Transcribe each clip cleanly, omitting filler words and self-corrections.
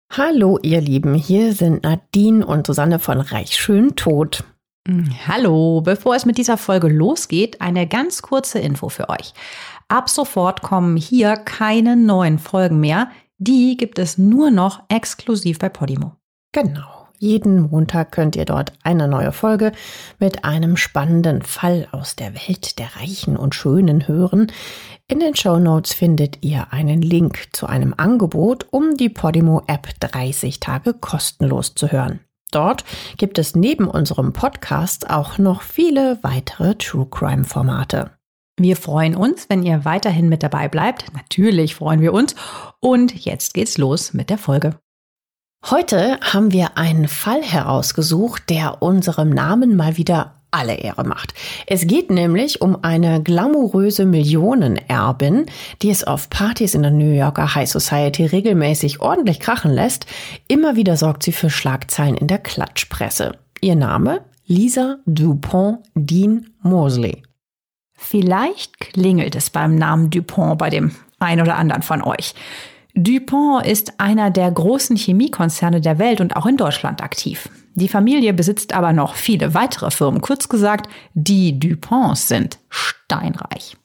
Hallo ihr Lieben, hier sind Nadine und Susanne von Reich schön tot. Hallo, bevor es mit dieser Folge losgeht, eine ganz kurze Info für euch. Ab sofort kommen hier keine neuen Folgen mehr. Die gibt es nur noch exklusiv bei Podimo. Genau, jeden Montag könnt ihr dort eine neue Folge mit einem spannenden Fall aus der Welt der Reichen und Schönen hören. In den Shownotes findet ihr einen Link zu einem Angebot, um die Podimo-App 30 Tage kostenlos zu hören. Dort gibt es neben unserem Podcast auch noch viele weitere True-Crime-Formate. Wir freuen uns, wenn ihr weiterhin mit dabei bleibt. Natürlich freuen wir uns. Und jetzt geht's los mit der Folge. Heute haben wir einen Fall herausgesucht, der unserem Namen mal wieder alle Ehre macht. Es geht nämlich um eine glamouröse Millionenerbin, die es auf Partys in der New Yorker High Society regelmäßig ordentlich krachen lässt. Immer wieder sorgt sie für Schlagzeilen in der Klatschpresse. Ihr Name? Lisa Dupont Dean Mosley. Vielleicht klingelt es beim Namen Dupont bei dem einen oder anderen von euch. Dupont ist einer der großen Chemiekonzerne der Welt und auch in Deutschland aktiv. Die Familie besitzt aber noch viele weitere Firmen. Kurz gesagt, die Duponts sind steinreich.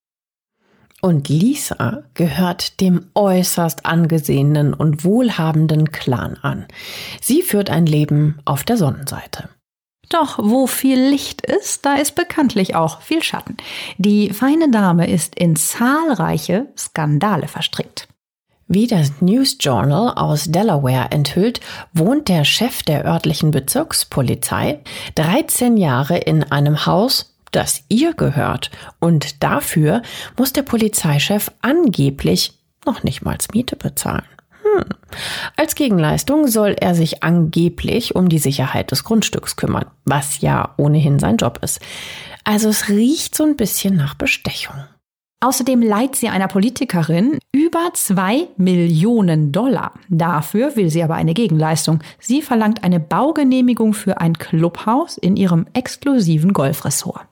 Und Lisa gehört dem äußerst angesehenen und wohlhabenden Clan an. Sie führt ein Leben auf der Sonnenseite. Doch wo viel Licht ist, da ist bekanntlich auch viel Schatten. Die feine Dame ist in zahlreiche Skandale verstrickt. Wie das News Journal aus Delaware enthüllt, wohnt der Chef der örtlichen Bezirkspolizei 13 Jahre in einem Haus, das ihr gehört. Und dafür muss der Polizeichef angeblich noch nicht mal Miete bezahlen. Als Gegenleistung soll er sich angeblich um die Sicherheit des Grundstücks kümmern, was ja ohnehin sein Job ist. Also es riecht so ein bisschen nach Bestechung. Außerdem leiht sie einer Politikerin über 2 Millionen $. Dafür will sie aber eine Gegenleistung. Sie verlangt eine Baugenehmigung für ein Clubhaus in ihrem exklusiven Golfressort.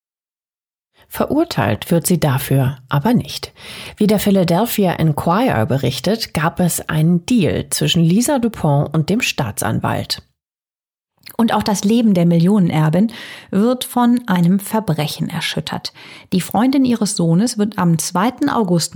Verurteilt wird sie dafür aber nicht. Wie der Philadelphia Inquirer berichtet, gab es einen Deal zwischen Lisa Dupont und dem Staatsanwalt. Und auch das Leben der Millionenerbin wird von einem Verbrechen erschüttert. Die Freundin ihres Sohnes wird am 2. August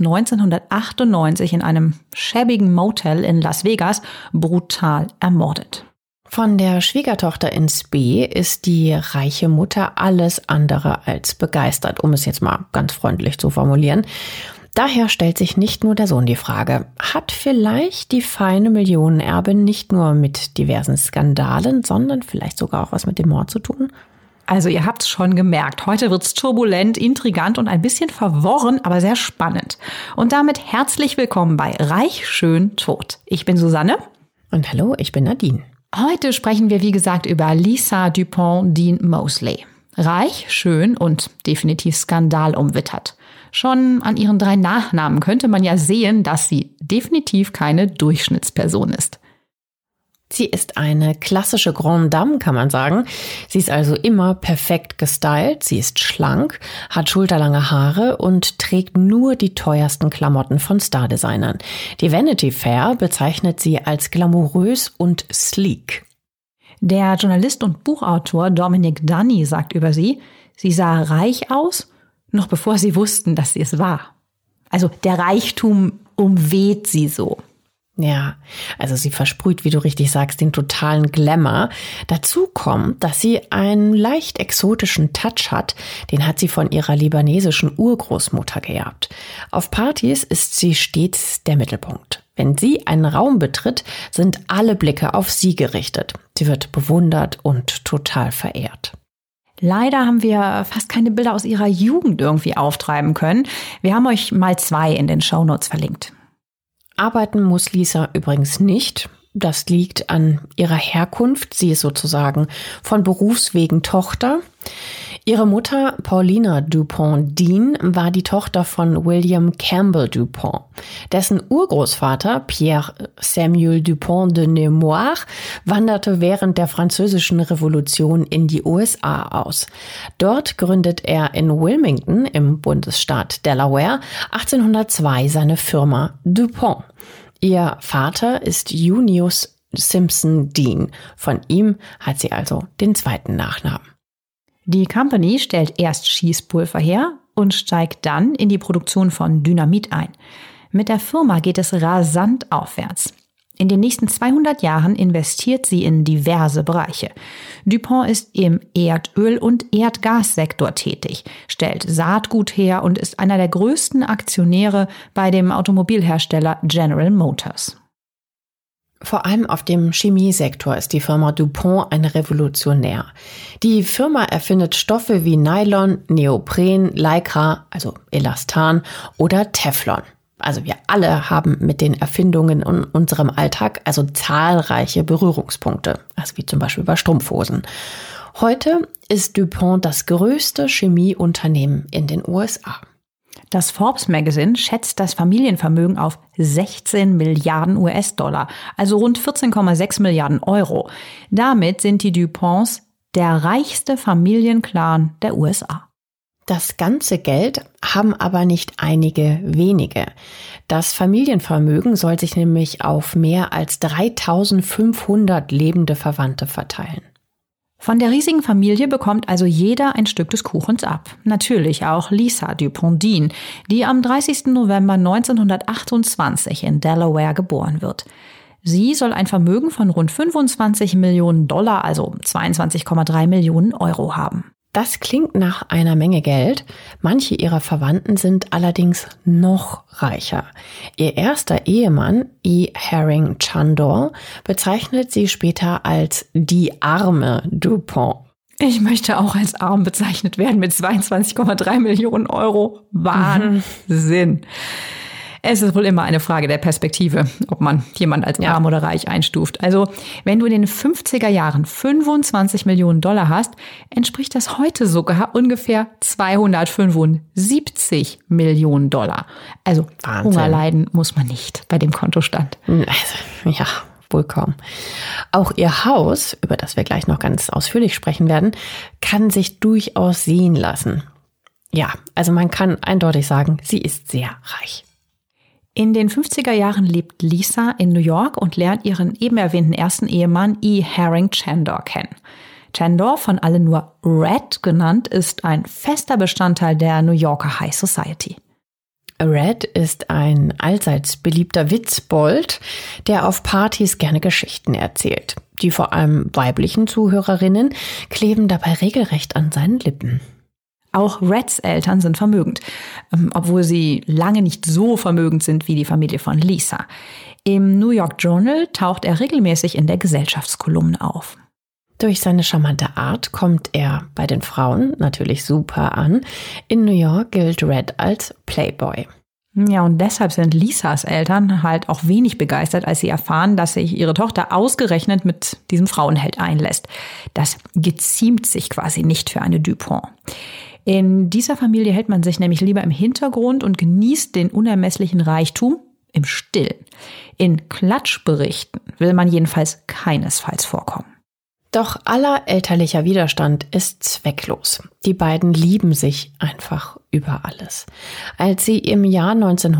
1998 in einem schäbigen Motel in Las Vegas brutal ermordet. Von der Schwiegertochter in Spee ist die reiche Mutter alles andere als begeistert, um es jetzt mal ganz freundlich zu formulieren. Daher stellt sich nicht nur der Sohn die Frage, hat vielleicht die feine Millionenerbin nicht nur mit diversen Skandalen, sondern vielleicht sogar auch was mit dem Mord zu tun? Also ihr habt's schon gemerkt, heute wird's turbulent, intrigant und ein bisschen verworren, aber sehr spannend. Und damit herzlich willkommen bei Reich schön tot. Ich bin Susanne. Und hallo, ich bin Nadine. Heute sprechen wir wie gesagt über Lisa Dupont Dean Mosley. Reich, schön und definitiv skandalumwittert. Schon an ihren 3 Nachnamen könnte man ja sehen, dass sie definitiv keine Durchschnittsperson ist. Sie ist eine klassische Grande Dame, kann man sagen. Sie ist also immer perfekt gestylt, sie ist schlank, hat schulterlange Haare und trägt nur die teuersten Klamotten von Stardesignern. Die Vanity Fair bezeichnet sie als glamourös und sleek. Der Journalist und Buchautor Dominic Dunny sagt über sie, sie sah reich aus, noch bevor sie wussten, dass sie es war. Also der Reichtum umweht sie so. Ja, also sie versprüht, wie du richtig sagst, den totalen Glamour. Dazu kommt, dass sie einen leicht exotischen Touch hat. Den hat sie von ihrer libanesischen Urgroßmutter geerbt. Auf Partys ist sie stets der Mittelpunkt. Wenn sie einen Raum betritt, sind alle Blicke auf sie gerichtet. Sie wird bewundert und total verehrt. Leider haben wir fast keine Bilder aus ihrer Jugend irgendwie auftreiben können. Wir haben euch mal 2 in den Shownotes verlinkt. Arbeiten muss Lisa übrigens nicht. Das liegt an ihrer Herkunft. Sie ist sozusagen von Berufswegen Tochter. Ihre Mutter Paulina Dupont Dean war die Tochter von William Campbell Dupont. Dessen Urgroßvater Pierre Samuel Dupont de Nemours wanderte während der Französischen Revolution in die USA aus. Dort gründet er in Wilmington im Bundesstaat Delaware 1802 seine Firma DuPont. Ihr Vater ist Junius Simpson Dean. Von ihm hat sie also den zweiten Nachnamen. Die Company stellt erst Schießpulver her und steigt dann in die Produktion von Dynamit ein. Mit der Firma geht es rasant aufwärts. In den nächsten 200 Jahren investiert sie in diverse Bereiche. DuPont ist im Erdöl- und Erdgassektor tätig, stellt Saatgut her und ist einer der größten Aktionäre bei dem Automobilhersteller General Motors. Vor allem auf dem Chemiesektor ist die Firma DuPont ein Revolutionär. Die Firma erfindet Stoffe wie Nylon, Neopren, Lycra, also Elastan oder Teflon. Also wir alle haben mit den Erfindungen in unserem Alltag also zahlreiche Berührungspunkte, also wie zum Beispiel bei Strumpfhosen. Heute ist DuPont das größte Chemieunternehmen in den USA. Das Forbes Magazine schätzt das Familienvermögen auf 16 Milliarden US-Dollar, also rund 14,6 Milliarden Euro. Damit sind die DuPonts der reichste Familienclan der USA. Das ganze Geld haben aber nicht einige wenige. Das Familienvermögen soll sich nämlich auf mehr als 3.500 lebende Verwandte verteilen. Von der riesigen Familie bekommt also jeder ein Stück des Kuchens ab. Natürlich auch Lisa DuPont Dean, die am 30. November 1928 in Delaware geboren wird. Sie soll ein Vermögen von rund 25 Millionen Dollar, also 22,3 Millionen Euro haben. Das klingt nach einer Menge Geld. Manche ihrer Verwandten sind allerdings noch reicher. Ihr erster Ehemann, E. Herring Chandor, bezeichnet sie später als die arme DuPont. Ich möchte auch als arm bezeichnet werden mit 22,3 Millionen Euro. Wahnsinn. Es ist wohl immer eine Frage der Perspektive, ob man jemand als arm oder reich einstuft. Also, wenn du in den 50er Jahren 25 Millionen Dollar hast, entspricht das heute sogar ungefähr 275 Millionen Dollar. Also, Wahnsinn. Hunger leiden muss man nicht bei dem Kontostand. Ja, wohl kaum. Auch ihr Haus, über das wir gleich noch ganz ausführlich sprechen werden, kann sich durchaus sehen lassen. Ja, also man kann eindeutig sagen, sie ist sehr reich. In den 50er Jahren lebt Lisa in New York und lernt ihren eben erwähnten ersten Ehemann E. Herring Chandor kennen. Chandor, von allen nur Red genannt, ist ein fester Bestandteil der New Yorker High Society. Red ist ein allseits beliebter Witzbold, der auf Partys gerne Geschichten erzählt. Die vor allem weiblichen Zuhörerinnen kleben dabei regelrecht an seinen Lippen. Auch Reds Eltern sind vermögend, obwohl sie lange nicht so vermögend sind wie die Familie von Lisa. Im New York Journal taucht er regelmäßig in der Gesellschaftskolumne auf. Durch seine charmante Art kommt er bei den Frauen natürlich super an. In New York gilt Red als Playboy. Ja, und deshalb sind Lisas Eltern halt auch wenig begeistert, als sie erfahren, dass sich ihre Tochter ausgerechnet mit diesem Frauenheld einlässt. Das geziemt sich quasi nicht für eine DuPont. In dieser Familie hält man sich nämlich lieber im Hintergrund und genießt den unermesslichen Reichtum im Stillen. In Klatschberichten will man jedenfalls keinesfalls vorkommen. Doch aller elterlicher Widerstand ist zwecklos. Die beiden lieben sich einfach über alles. Als sie im Jahr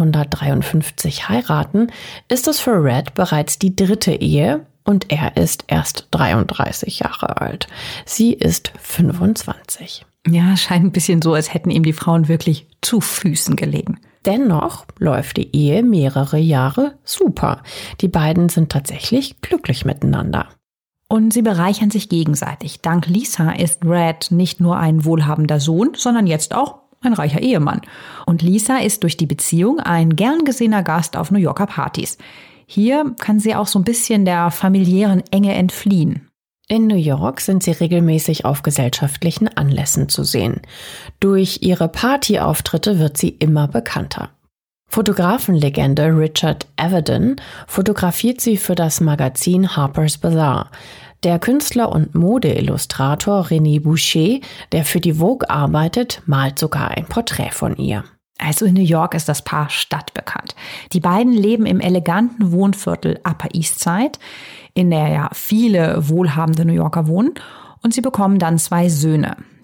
1953 heiraten, ist es für Red bereits die 3. Ehe und er ist erst 33 Jahre alt. Sie ist 25. Ja, scheint ein bisschen so, als hätten ihm die Frauen wirklich zu Füßen gelegen. Dennoch läuft die Ehe mehrere Jahre super. Die beiden sind tatsächlich glücklich miteinander. Und sie bereichern sich gegenseitig. Dank Lisa ist Red nicht nur ein wohlhabender Sohn, sondern jetzt auch ein reicher Ehemann. Und Lisa ist durch die Beziehung ein gern gesehener Gast auf New Yorker Partys. Hier kann sie auch so ein bisschen der familiären Enge entfliehen. In New York sind sie regelmäßig auf gesellschaftlichen Anlässen zu sehen. Durch ihre Partyauftritte wird sie immer bekannter. Fotografenlegende Richard Avedon fotografiert sie für das Magazin Harper's Bazaar. Der Künstler und Modeillustrator René Boucher, der für die Vogue arbeitet, malt sogar ein Porträt von ihr. Also in New York ist das Paar stadtbekannt. Die beiden leben im eleganten Wohnviertel Upper East Side, in der ja viele wohlhabende New Yorker wohnen. Und sie bekommen dann 2 Söhne.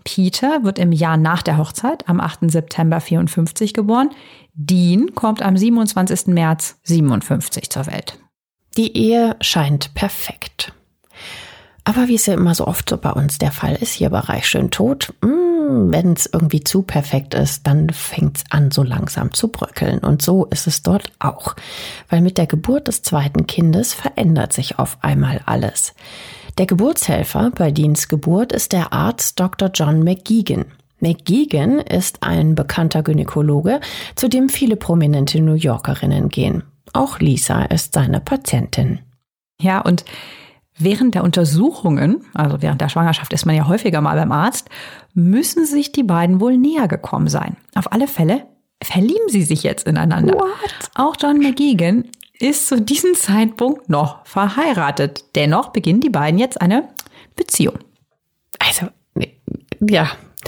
Peter wird im Jahr nach der Hochzeit am 8. September 54 geboren. Dean kommt am 27. März 57 zur Welt. Die Ehe scheint perfekt. Aber wie es ja immer so oft so bei uns der Fall ist, hier bei Reich schön tot, wenn es irgendwie zu perfekt ist, dann fängt es an, so langsam zu bröckeln. Und so ist es dort auch. Weil mit der Geburt des zweiten Kindes verändert sich auf einmal alles. Der Geburtshelfer bei Deans Geburt ist der Arzt Dr. John McGeegan. McGeegan ist ein bekannter Gynäkologe, zu dem viele prominente New Yorkerinnen gehen. Auch Lisa ist seine Patientin. Ja, und während der Untersuchungen, also während der Schwangerschaft ist man ja häufiger mal beim Arzt, müssen sich die beiden wohl näher gekommen sein. Auf alle Fälle verlieben sie sich jetzt ineinander. What? Auch John McGeegan ist zu diesem Zeitpunkt noch verheiratet. Dennoch beginnen die beiden jetzt eine Beziehung. Also, ja,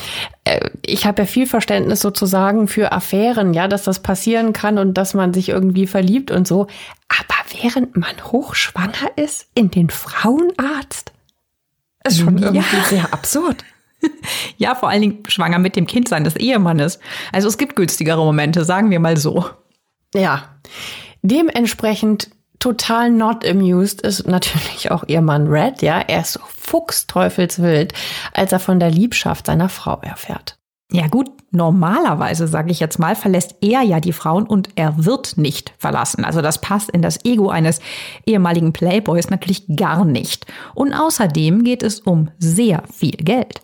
ich habe ja viel Verständnis sozusagen für Affären, ja, dass das passieren kann und dass man sich irgendwie verliebt und so. Aber während man hochschwanger ist in den Frauenarzt, ist schon irgendwie sehr absurd. Ja, vor allen Dingen schwanger mit dem Kindsein des Ehemannes. Also es gibt günstigere Momente, sagen wir mal so. Ja, dementsprechend total not amused ist natürlich auch ihr Mann Red, ja. Er ist so fuchsteufelswild, als er von der Liebschaft seiner Frau erfährt. Ja gut, normalerweise, sage ich jetzt mal, verlässt er ja die Frauen und er wird nicht verlassen. Also das passt in das Ego eines ehemaligen Playboys natürlich gar nicht. Und außerdem geht es um sehr viel Geld.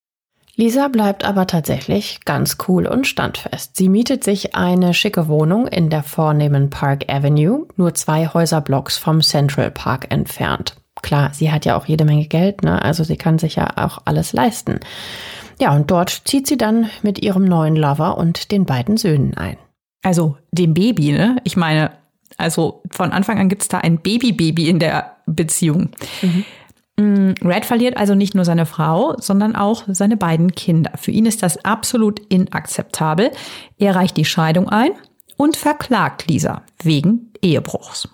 Lisa bleibt aber tatsächlich ganz cool und standfest. Sie mietet sich eine schicke Wohnung in der vornehmen Park Avenue, nur 2 Häuserblocks vom Central Park entfernt. Klar, sie hat ja auch jede Menge Geld, ne? Also sie kann sich ja auch alles leisten. Ja, und dort zieht sie dann mit ihrem neuen Lover und den beiden Söhnen ein. Also dem Baby, ne? Ich meine, also von Anfang an gibt's da ein Baby in der Beziehung. Red verliert also nicht nur seine Frau, sondern auch seine beiden Kinder. Für ihn ist das absolut inakzeptabel. Er reicht die Scheidung ein und verklagt Lisa wegen Ehebruchs.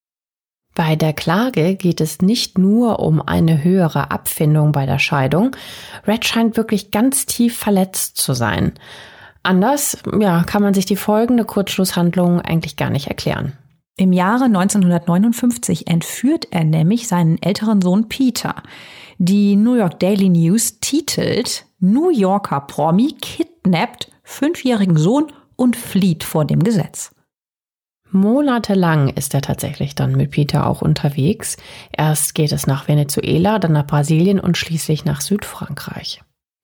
Bei der Klage geht es nicht nur um eine höhere Abfindung bei der Scheidung. Red scheint wirklich ganz tief verletzt zu sein. Anders, ja, kann man sich die folgende Kurzschlusshandlung eigentlich gar nicht erklären. Im Jahre 1959 entführt er nämlich seinen älteren Sohn Peter. Die New York Daily News titelt: New Yorker Promi kidnappt 5-jährigen Sohn und flieht vor dem Gesetz. Monatelang ist er tatsächlich dann mit Peter auch unterwegs. Erst geht es nach Venezuela, dann nach Brasilien und schließlich nach Südfrankreich.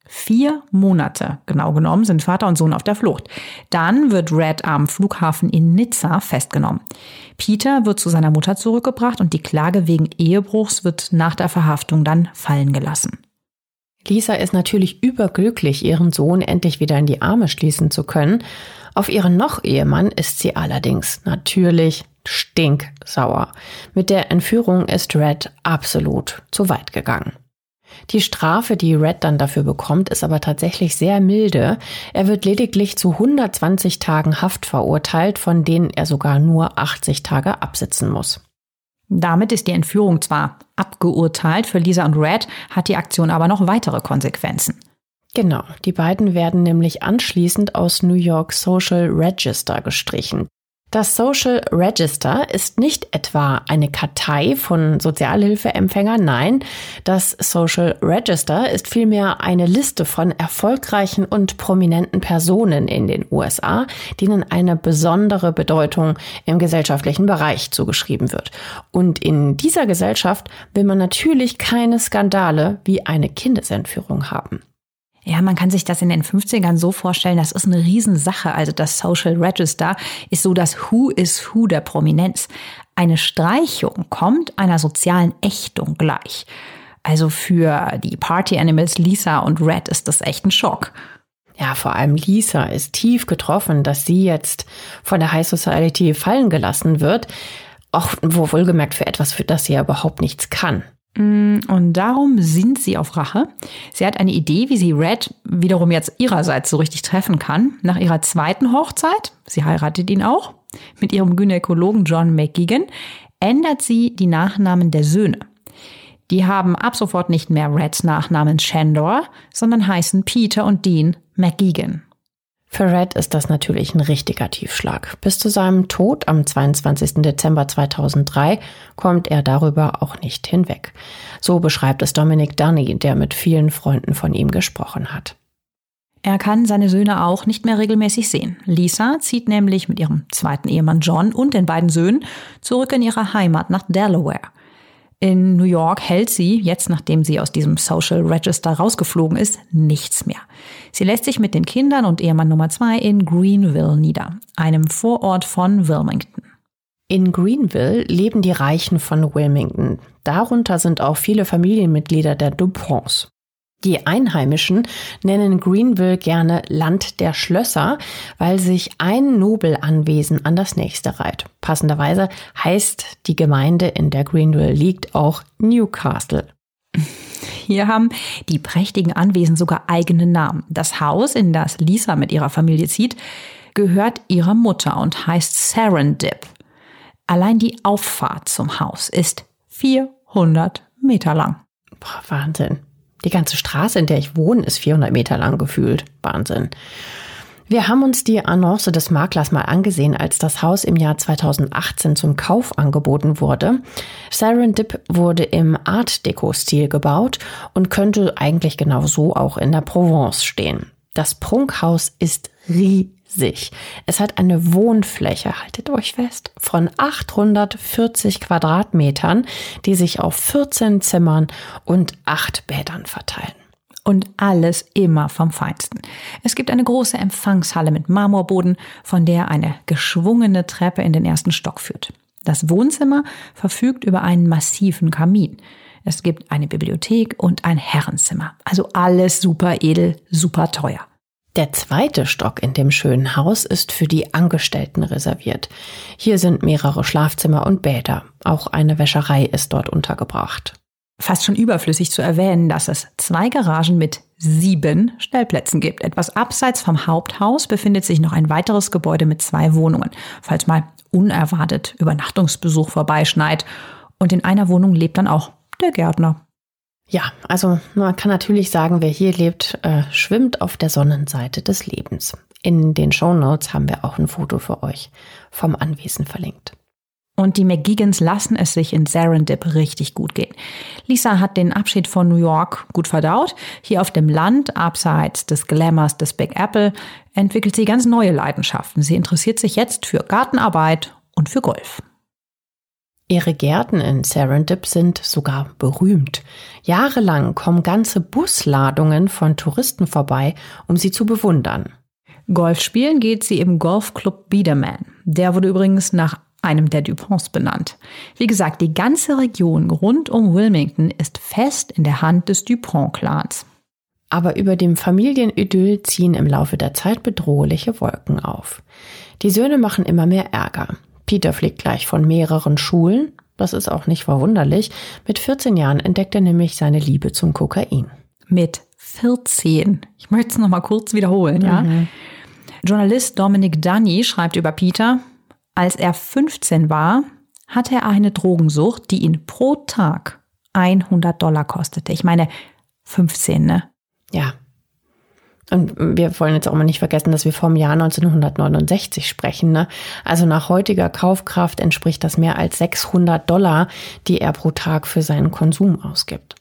4 Monate, genau genommen, sind Vater und Sohn auf der Flucht. Dann wird Red am Flughafen in Nizza festgenommen. Peter wird zu seiner Mutter zurückgebracht und die Klage wegen Ehebruchs wird nach der Verhaftung dann fallen gelassen. Lisa ist natürlich überglücklich, ihren Sohn endlich wieder in die Arme schließen zu können. Auf ihren Noch-Ehemann ist sie allerdings natürlich stinksauer. Mit der Entführung ist Red absolut zu weit gegangen. Die Strafe, die Red dann dafür bekommt, ist aber tatsächlich sehr milde. Er wird lediglich zu 120 Tagen Haft verurteilt, von denen er sogar nur 80 Tage absitzen muss. Damit ist die Entführung zwar abgeurteilt, für Lisa und Red hat die Aktion aber noch weitere Konsequenzen. Genau, die beiden werden nämlich anschließend aus New York Social Register gestrichen. Das Social Register ist nicht etwa eine Kartei von Sozialhilfeempfängern, nein, das Social Register ist vielmehr eine Liste von erfolgreichen und prominenten Personen in den USA, denen eine besondere Bedeutung im gesellschaftlichen Bereich zugeschrieben wird. Und in dieser Gesellschaft will man natürlich keine Skandale wie eine Kindesentführung haben. Ja, man kann sich das in den 50ern so vorstellen, das ist eine Riesensache. Also das Social Register ist so das Who is Who der Prominenz. Eine Streichung kommt einer sozialen Ächtung gleich. Also für die Party Animals Lisa und Red ist das echt ein Schock. Ja, vor allem Lisa ist tief getroffen, dass sie jetzt von der High Society fallen gelassen wird. Auch wohlgemerkt für etwas, für das sie ja überhaupt nichts kann. Und darum sinnt sie auf Rache. Sie hat eine Idee, wie sie Red wiederum jetzt ihrerseits so richtig treffen kann. Nach ihrer zweiten Hochzeit, sie heiratet ihn auch, mit ihrem Gynäkologen John McGeegan, ändert sie die Nachnamen der Söhne. Die haben ab sofort nicht mehr Reds Nachnamen Shandor, sondern heißen Peter und Dean McGuigan. Für Red ist das natürlich ein richtiger Tiefschlag. Bis zu seinem Tod am 22. Dezember 2003 kommt er darüber auch nicht hinweg. So beschreibt es Dominic Dunny, der mit vielen Freunden von ihm gesprochen hat. Er kann seine Söhne auch nicht mehr regelmäßig sehen. Lisa zieht nämlich mit ihrem zweiten Ehemann John und den beiden Söhnen zurück in ihre Heimat nach Delaware. In New York hält sie, jetzt nachdem sie aus diesem Social Register rausgeflogen ist, nichts mehr. Sie lässt sich mit den Kindern und Ehemann Nummer 2 in Greenville nieder, einem Vorort von Wilmington. In Greenville leben die Reichen von Wilmington. Darunter sind auch viele Familienmitglieder der DuPonts. Die Einheimischen nennen Greenville gerne Land der Schlösser, weil sich ein Nobelanwesen an das nächste reiht. Passenderweise heißt die Gemeinde, in der Greenville liegt, auch Newcastle. Hier haben die prächtigen Anwesen sogar eigene Namen. Das Haus, in das Lisa mit ihrer Familie zieht, gehört ihrer Mutter und heißt Serendip. Allein die Auffahrt zum Haus ist 400 Meter lang. Boah, Wahnsinn. Die ganze Straße, in der ich wohne, ist 400 Meter lang gefühlt. Wahnsinn. Wir haben uns die Annonce des Maklers mal angesehen, als das Haus im Jahr 2018 zum Kauf angeboten wurde. Serendip wurde im Art-Deco-Stil gebaut und könnte eigentlich genau so auch in der Provence stehen. Das Prunkhaus ist riesig. Es hat eine Wohnfläche, haltet euch fest, von 840 Quadratmetern, die sich auf 14 Zimmern und 8 Bädern verteilen. Und alles immer vom Feinsten. Es gibt eine große Empfangshalle mit Marmorboden, von der eine geschwungene Treppe in den ersten Stock führt. Das Wohnzimmer verfügt über einen massiven Kamin. Es gibt eine Bibliothek und ein Herrenzimmer. Also alles super edel, super teuer. Der zweite Stock in dem schönen Haus ist für die Angestellten reserviert. Hier sind mehrere Schlafzimmer und Bäder. Auch eine Wäscherei ist dort untergebracht. Fast schon überflüssig zu erwähnen, dass es 2 Garagen mit 7 Stellplätzen gibt. Etwas abseits vom Haupthaus befindet sich noch ein weiteres Gebäude mit 2 Wohnungen, falls mal unerwartet Übernachtungsbesuch vorbeischneit. Und in einer Wohnung lebt dann auch der Gärtner. Ja, also man kann natürlich sagen, wer hier lebt, schwimmt auf der Sonnenseite des Lebens. In den Shownotes haben wir auch ein Foto für euch vom Anwesen verlinkt. Und die McGuigans lassen es sich in Serendip richtig gut gehen. Lisa hat den Abschied von New York gut verdaut. Hier auf dem Land, abseits des Glamours des Big Apple, entwickelt sie ganz neue Leidenschaften. Sie interessiert sich jetzt für Gartenarbeit und für Golf. Ihre Gärten in Serendip sind sogar berühmt. Jahrelang kommen ganze Busladungen von Touristen vorbei, um sie zu bewundern. Golf spielen geht sie im Golfclub Biederman. Der wurde übrigens nach einem der DuPonts benannt. Wie gesagt, die ganze Region rund um Wilmington ist fest in der Hand des DuPont-Clans. Aber über dem Familienidyll ziehen im Laufe der Zeit bedrohliche Wolken auf. Die Söhne machen immer mehr Ärger. Peter fliegt gleich von mehreren Schulen. Das ist auch nicht verwunderlich. Mit 14 Jahren entdeckt er nämlich seine Liebe zum Kokain. Mit 14. Ich möchte es noch mal kurz wiederholen, ja. Journalist Dominic Dunny schreibt über Peter: Als er 15 war, hatte er eine Drogensucht, die ihn pro Tag $100 kostete. Ich meine, 15, ne? Ja. Und wir wollen jetzt auch mal nicht vergessen, dass wir vom Jahr 1969 sprechen, ne? Also nach heutiger Kaufkraft entspricht das mehr als $600, die er pro Tag für seinen Konsum ausgibt.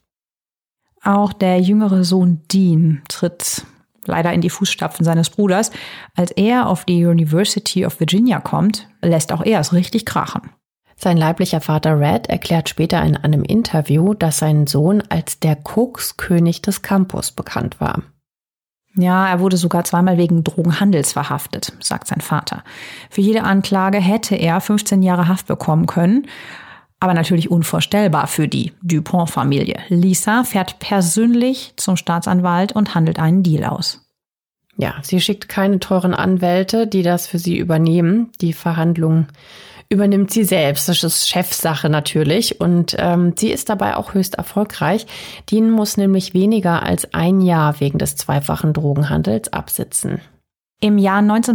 Auch der jüngere Sohn Dean tritt leider in die Fußstapfen seines Bruders. Als er auf die University of Virginia kommt, lässt auch er es richtig krachen. Sein leiblicher Vater Red erklärt später in einem Interview, dass sein Sohn als der Kokskönig des Campus bekannt war. Ja, er wurde sogar 2-mal wegen Drogenhandels verhaftet, sagt sein Vater. Für jede Anklage hätte er 15 Jahre Haft bekommen können. Aber natürlich unvorstellbar für die DuPont-Familie. Lisa fährt persönlich zum Staatsanwalt und handelt einen Deal aus. Ja, sie schickt keine teuren Anwälte, die das für sie übernehmen. Die Verhandlungen übernimmt sie selbst. Das ist Chefsache natürlich. Und sie ist dabei auch höchst erfolgreich. Dean muss nämlich weniger als 1 Jahr wegen des zweifachen Drogenhandels absitzen. Im Jahr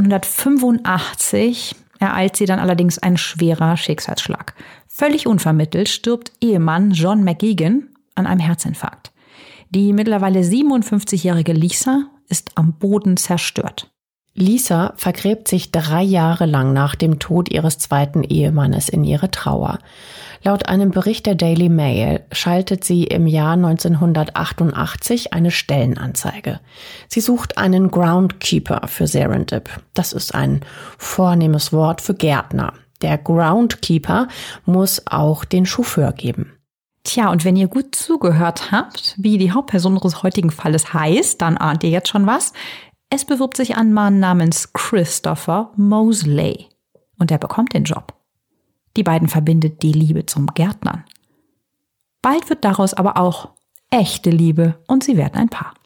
1985 ereilt sie dann allerdings ein schwerer Schicksalsschlag. Völlig unvermittelt stirbt Ehemann John McGuigan an einem Herzinfarkt. Die mittlerweile 57-jährige Lisa ist am Boden zerstört. Lisa vergräbt sich 3 Jahre lang nach dem Tod ihres zweiten Ehemannes in ihre Trauer. Laut einem Bericht der Daily Mail schaltet sie im Jahr 1988 eine Stellenanzeige. Sie sucht einen Groundkeeper für Serendip. Das ist ein vornehmes Wort für Gärtner. Der Groundkeeper muss auch den Chauffeur geben. Tja, und wenn ihr gut zugehört habt, wie die Hauptperson unseres heutigen Falles heißt, dann ahnt ihr jetzt schon was. Es bewirbt sich ein Mann namens Christopher Mosley und er bekommt den Job. Die beiden verbindet die Liebe zum Gärtnern. Bald wird daraus aber auch echte Liebe und sie werden ein Paar.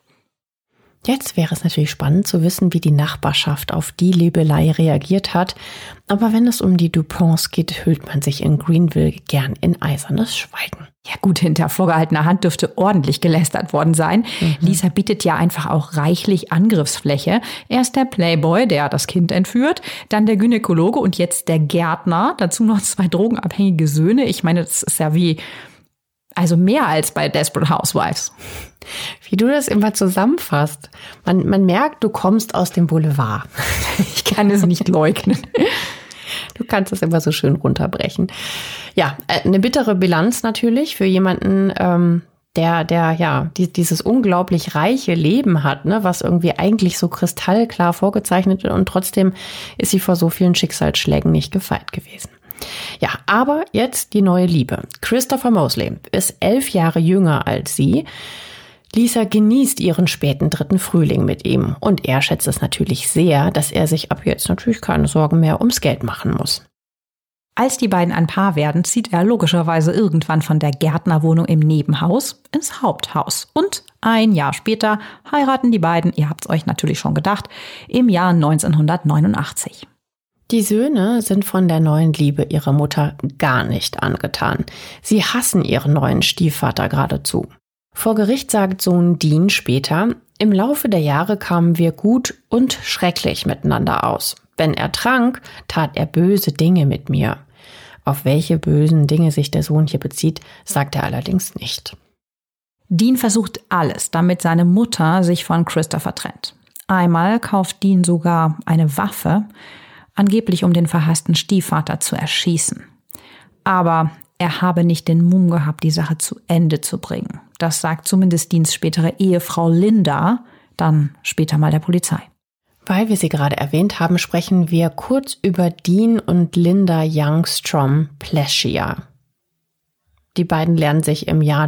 Jetzt wäre es natürlich spannend zu wissen, wie die Nachbarschaft auf die Liebelei reagiert hat. Aber wenn es um die Duponts geht, hüllt man sich in Greenville gern in eisernes Schweigen. Ja gut, hinter vorgehaltener Hand dürfte ordentlich gelästert worden sein. Lisa bietet ja einfach auch reichlich Angriffsfläche. Erst der Playboy, der das Kind entführt, dann der Gynäkologe und jetzt der Gärtner. Dazu noch 2 drogenabhängige Söhne. Ich meine, das ist ja also mehr als bei Desperate Housewives. Wie du das immer zusammenfasst. Man merkt, du kommst aus dem Boulevard. Ich kann es nicht leugnen. Du kannst es immer so schön runterbrechen. Ja, eine bittere Bilanz natürlich für jemanden, der dieses unglaublich reiche Leben hat, ne, was irgendwie eigentlich so kristallklar vorgezeichnet wird und trotzdem ist sie vor so vielen Schicksalsschlägen nicht gefeit gewesen. Ja, aber jetzt die neue Liebe. Christopher Mosley ist 11 Jahre jünger als sie. Lisa genießt ihren späten 3. Frühling mit ihm und er schätzt es natürlich sehr, dass er sich ab jetzt natürlich keine Sorgen mehr ums Geld machen muss. Als die beiden ein Paar werden, zieht er logischerweise irgendwann von der Gärtnerwohnung im Nebenhaus ins Haupthaus. Und ein Jahr später heiraten die beiden, ihr habt es euch natürlich schon gedacht, im Jahr 1989. Die Söhne sind von der neuen Liebe ihrer Mutter gar nicht angetan. Sie hassen ihren neuen Stiefvater geradezu. Vor Gericht sagt Sohn Dean später, im Laufe der Jahre kamen wir gut und schrecklich miteinander aus. Wenn er trank, tat er böse Dinge mit mir. Auf welche bösen Dinge sich der Sohn hier bezieht, sagt er allerdings nicht. Dean versucht alles, damit seine Mutter sich von Christopher trennt. Einmal kauft Dean sogar eine Waffe, angeblich um den verhassten Stiefvater zu erschießen. Aber er habe nicht den Mumm gehabt, die Sache zu Ende zu bringen. Das sagt zumindest Deans spätere Ehefrau Linda, dann später mal der Polizei. Weil wir sie gerade erwähnt haben, sprechen wir kurz über Dean und Linda Youngstrom Plessia. Die beiden lernen sich im Jahr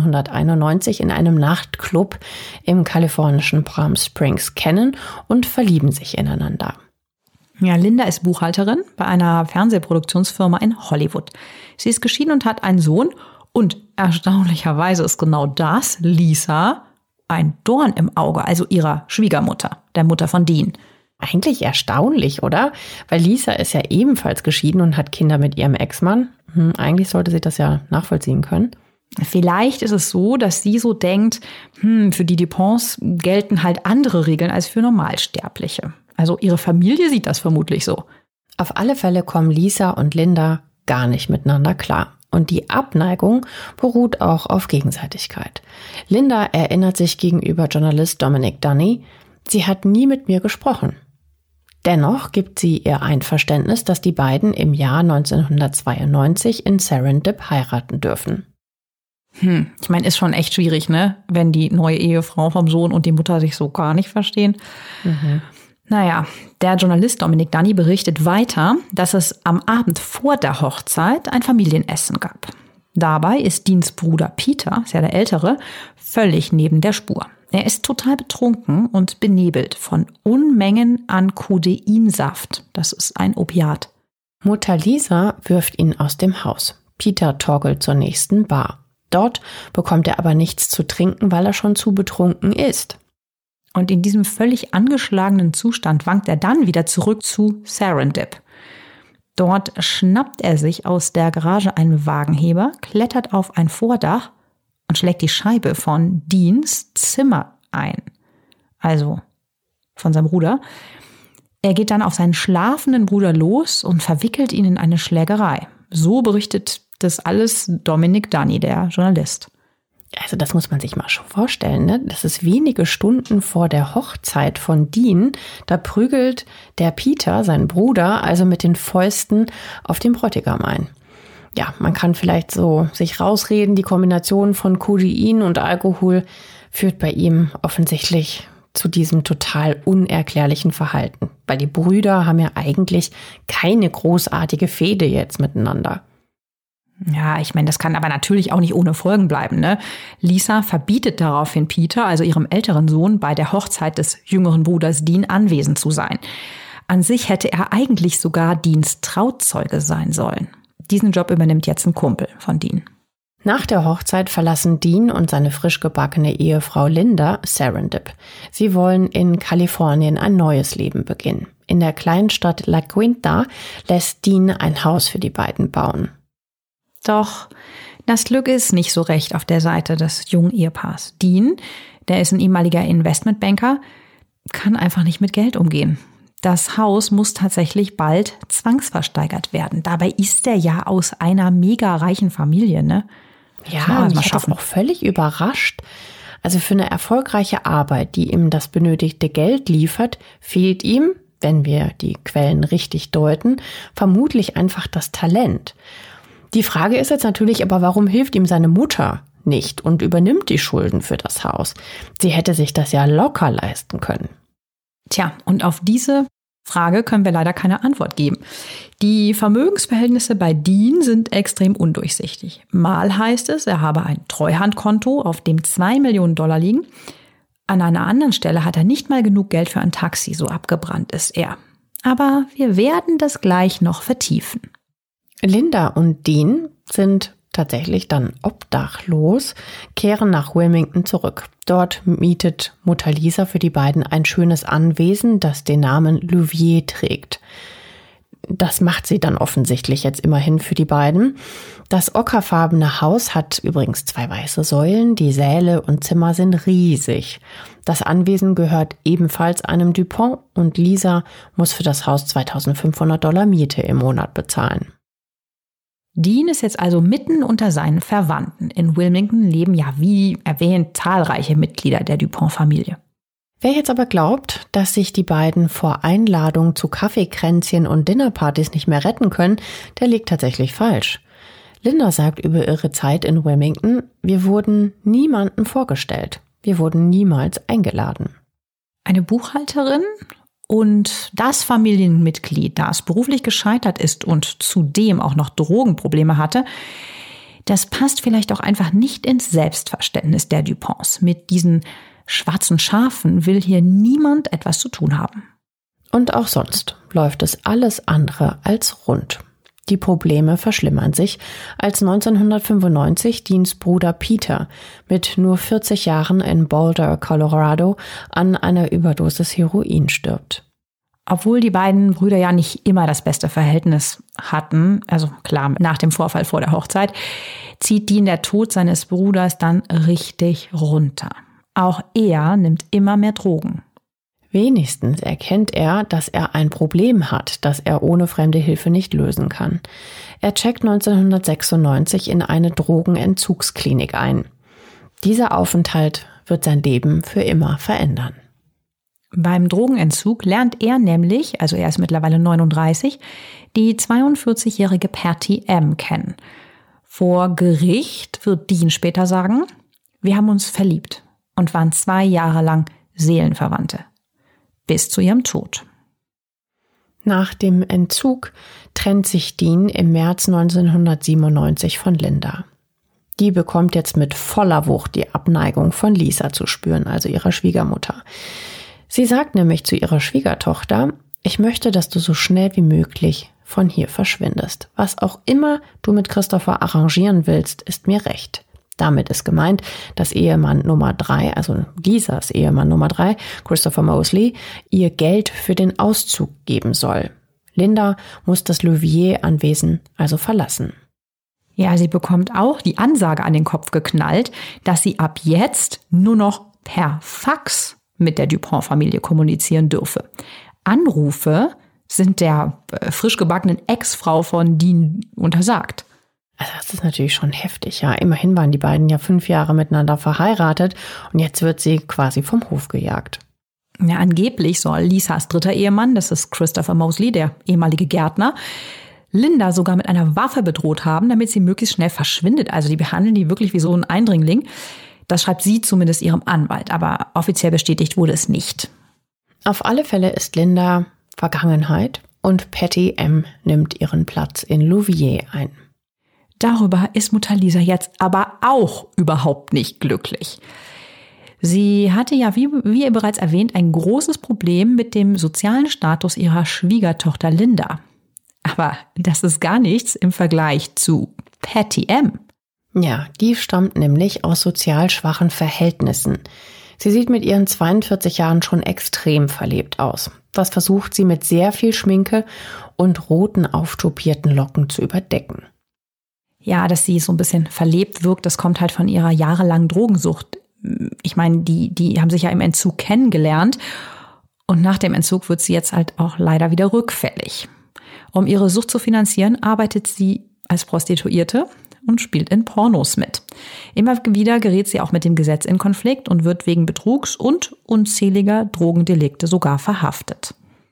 1991 in einem Nachtclub im kalifornischen Palm Springs kennen und verlieben sich ineinander. Ja, Linda ist Buchhalterin bei einer Fernsehproduktionsfirma in Hollywood. Sie ist geschieden und hat einen Sohn und erstaunlicherweise ist genau das, Lisa, ein Dorn im Auge, also ihrer Schwiegermutter, der Mutter von Dean. Eigentlich erstaunlich, oder? Weil Lisa ist ja ebenfalls geschieden und hat Kinder mit ihrem Ex-Mann. Eigentlich sollte sie das ja nachvollziehen können. Vielleicht ist es so, dass sie so denkt, für die Duponts gelten halt andere Regeln als für Normalsterbliche. Also ihre Familie sieht das vermutlich so. Auf alle Fälle kommen Lisa und Linda gar nicht miteinander klar. Und die Abneigung beruht auch auf Gegenseitigkeit. Linda erinnert sich gegenüber Journalist Dominic Dunne, sie hat nie mit mir gesprochen. Dennoch gibt sie ihr Einverständnis, dass die beiden im Jahr 1992 in Serendip heiraten dürfen. Ich meine, ist schon echt schwierig, ne? Wenn die neue Ehefrau vom Sohn und die Mutter sich so gar nicht verstehen. Naja, der Journalist Dominic Dunne berichtet weiter, dass es am Abend vor der Hochzeit ein Familienessen gab. Dabei ist Deans Bruder Peter, ist ja der Ältere, völlig neben der Spur. Er ist total betrunken und benebelt von Unmengen an Codeinsaft. Das ist ein Opiat. Mutter Lisa wirft ihn aus dem Haus. Peter torkelt zur nächsten Bar. Dort bekommt er aber nichts zu trinken, weil er schon zu betrunken ist. Und in diesem völlig angeschlagenen Zustand wankt er dann wieder zurück zu Serendip. Dort schnappt er sich aus der Garage einen Wagenheber, klettert auf ein Vordach und schlägt die Scheibe von Deans Zimmer ein. Also von seinem Bruder. Er geht dann auf seinen schlafenden Bruder los und verwickelt ihn in eine Schlägerei. So berichtet das alles Dominic Dunne, der Journalist. Also das muss man sich mal schon vorstellen, ne? Das ist wenige Stunden vor der Hochzeit von Dean. Da prügelt der Peter, sein Bruder, also mit den Fäusten auf den Bräutigam ein. Ja, man kann vielleicht so sich rausreden, die Kombination von Kodein und Alkohol führt bei ihm offensichtlich zu diesem total unerklärlichen Verhalten. Weil die Brüder haben ja eigentlich keine großartige Fehde jetzt miteinander. Ja, ich meine, das kann aber natürlich auch nicht ohne Folgen bleiben, ne? Lisa verbietet daraufhin Peter, also ihrem älteren Sohn, bei der Hochzeit des jüngeren Bruders Dean anwesend zu sein. An sich hätte er eigentlich sogar Deans Trauzeuge sein sollen. Diesen Job übernimmt jetzt ein Kumpel von Dean. Nach der Hochzeit verlassen Dean und seine frisch gebackene Ehefrau Linda Serendip. Sie wollen in Kalifornien ein neues Leben beginnen. In der kleinen Stadt La Quinta lässt Dean ein Haus für die beiden bauen. Doch das Glück ist nicht so recht auf der Seite des jungen Ehepaars. Dean, der ist ein ehemaliger Investmentbanker, kann einfach nicht mit Geld umgehen. Das Haus muss tatsächlich bald zwangsversteigert werden. Dabei ist er ja aus einer mega reichen Familie, ne? Ja, mich hat das auch völlig überrascht. Also für eine erfolgreiche Arbeit, die ihm das benötigte Geld liefert, fehlt ihm, wenn wir die Quellen richtig deuten, vermutlich einfach das Talent. Die Frage ist jetzt natürlich aber, warum hilft ihm seine Mutter nicht und übernimmt die Schulden für das Haus? Sie hätte sich das ja locker leisten können. Tja, und auf diese Frage können wir leider keine Antwort geben. Die Vermögensverhältnisse bei Dean sind extrem undurchsichtig. Mal heißt es, er habe ein Treuhandkonto, auf dem $2 Millionen liegen. An einer anderen Stelle hat er nicht mal genug Geld für ein Taxi, so abgebrannt ist er. Aber wir werden das gleich noch vertiefen. Linda und Dean sind tatsächlich dann obdachlos, kehren nach Wilmington zurück. Dort mietet Mutter Lisa für die beiden ein schönes Anwesen, das den Namen Louviers trägt. Das macht sie dann offensichtlich jetzt immerhin für die beiden. Das ockerfarbene Haus hat übrigens 2 weiße Säulen, die Säle und Zimmer sind riesig. Das Anwesen gehört ebenfalls einem Dupont und Lisa muss für das Haus $2.500 Miete im Monat bezahlen. Dean ist jetzt also mitten unter seinen Verwandten. In Wilmington leben ja, wie erwähnt, zahlreiche Mitglieder der Dupont-Familie. Wer jetzt aber glaubt, dass sich die beiden vor Einladung zu Kaffeekränzchen und Dinnerpartys nicht mehr retten können, der liegt tatsächlich falsch. Linda sagt über ihre Zeit in Wilmington, wir wurden niemandem vorgestellt. Wir wurden niemals eingeladen. Eine Buchhalterin und das Familienmitglied, das beruflich gescheitert ist und zudem auch noch Drogenprobleme hatte, das passt vielleicht auch einfach nicht ins Selbstverständnis der Duponts. Mit diesen schwarzen Schafen will hier niemand etwas zu tun haben. Und auch sonst läuft es alles andere als rund. Die Probleme verschlimmern sich, als 1995 Deans Bruder Peter mit nur 40 Jahren in Boulder, Colorado, an einer Überdosis Heroin stirbt. Obwohl die beiden Brüder ja nicht immer das beste Verhältnis hatten, also klar, nach dem Vorfall vor der Hochzeit, zieht Dean der Tod seines Bruders dann richtig runter. Auch er nimmt immer mehr Drogen. Wenigstens erkennt er, dass er ein Problem hat, das er ohne fremde Hilfe nicht lösen kann. Er checkt 1996 in eine Drogenentzugsklinik ein. Dieser Aufenthalt wird sein Leben für immer verändern. Beim Drogenentzug lernt er nämlich, also er ist mittlerweile 39, die 42-jährige Patty M. kennen. Vor Gericht wird Dean später sagen, wir haben uns verliebt und waren 2 Jahre lang Seelenverwandte. Bis zu ihrem Tod. Nach dem Entzug trennt sich Dean im März 1997 von Linda. Die bekommt jetzt mit voller Wucht die Abneigung von Lisa zu spüren, also ihrer Schwiegermutter. Sie sagt nämlich zu ihrer Schwiegertochter, ich möchte, dass du so schnell wie möglich von hier verschwindest. Was auch immer du mit Christopher arrangieren willst, ist mir recht. Damit ist gemeint, dass Ehemann Nummer 3, also Lisas Ehemann Nummer 3, Christopher Mosley, ihr Geld für den Auszug geben soll. Linda muss das Louviers-Anwesen also verlassen. Ja, sie bekommt auch die Ansage an den Kopf geknallt, dass sie ab jetzt nur noch per Fax mit der Dupont-Familie kommunizieren dürfe. Anrufe sind der frisch gebackenen Ex-Frau von Dean untersagt. Also das ist natürlich schon heftig, ja. Immerhin waren die beiden ja 5 Jahre miteinander verheiratet und jetzt wird sie quasi vom Hof gejagt. Ja, angeblich soll Lisas dritter Ehemann, das ist Christopher Mosley, der ehemalige Gärtner, Linda sogar mit einer Waffe bedroht haben, damit sie möglichst schnell verschwindet. Also die behandeln die wirklich wie so ein Eindringling. Das schreibt sie zumindest ihrem Anwalt, aber offiziell bestätigt wurde es nicht. Auf alle Fälle ist Linda Vergangenheit und Patty M. nimmt ihren Platz in Louviers ein. Darüber ist Mutter Lisa jetzt aber auch überhaupt nicht glücklich. Sie hatte ja, wie ihr bereits erwähnt, ein großes Problem mit dem sozialen Status ihrer Schwiegertochter Linda. Aber das ist gar nichts im Vergleich zu Patty M. Ja, die stammt nämlich aus sozial schwachen Verhältnissen. Sie sieht mit ihren 42 Jahren schon extrem verlebt aus. Das versucht sie mit sehr viel Schminke und roten, auftupierten Locken zu überdecken. Ja, dass sie so ein bisschen verlebt wirkt, das kommt halt von ihrer jahrelangen Drogensucht. Ich meine, die haben sich ja im Entzug kennengelernt und nach dem Entzug wird sie jetzt halt auch leider wieder rückfällig. Um ihre Sucht zu finanzieren, arbeitet sie als Prostituierte und spielt in Pornos mit. Immer wieder gerät sie auch mit dem Gesetz in Konflikt und wird wegen Betrugs und unzähliger Drogendelikte sogar verhaftet.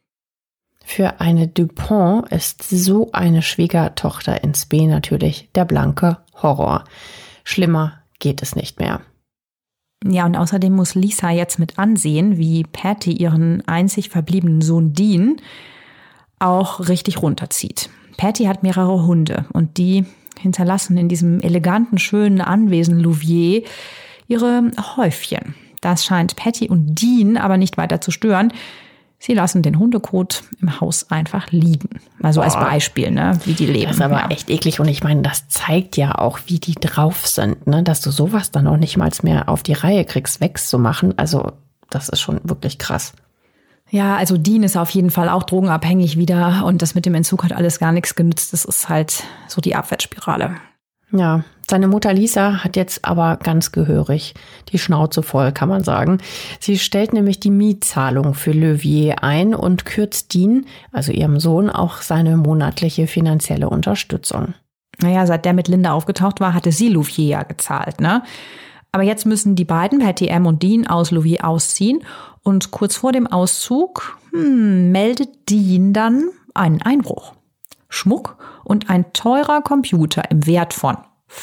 Für eine Dupont ist so eine Schwiegertochter in Spe natürlich der blanke Horror. Schlimmer geht es nicht mehr. Ja, und außerdem muss Lisa jetzt mit ansehen, wie Patty ihren einzig verbliebenen Sohn Dean auch richtig runterzieht. Patty hat mehrere Hunde und die hinterlassen in diesem eleganten, schönen Anwesen Louviers ihre Häufchen. Das scheint Patty und Dean aber nicht weiter zu stören. Sie lassen den Hundekot im Haus einfach liegen. Also als Beispiel, ne, wie die leben. Das ist aber echt eklig und ich meine, das zeigt ja auch, wie die drauf sind, ne, dass du sowas dann auch nicht mal mehr auf die Reihe kriegst, wegzumachen. Also das ist schon wirklich krass. Ja, also Dean ist auf jeden Fall auch drogenabhängig wieder und das mit dem Entzug hat alles gar nichts genützt. Das ist halt so die Abwärtsspirale. Ja, seine Mutter Lisa hat jetzt aber ganz gehörig die Schnauze voll, kann man sagen. Sie stellt nämlich die Mietzahlung für Louviers ein und kürzt Dean, also ihrem Sohn, auch seine monatliche finanzielle Unterstützung. Naja, seit der mit Linda aufgetaucht war, hatte sie Louviers ja gezahlt, ne? Aber jetzt müssen die beiden, Patty M. und Dean, aus Louviers ausziehen. Und kurz vor dem Auszug meldet Dean dann einen Einbruch. Schmuck und ein teurer Computer im Wert von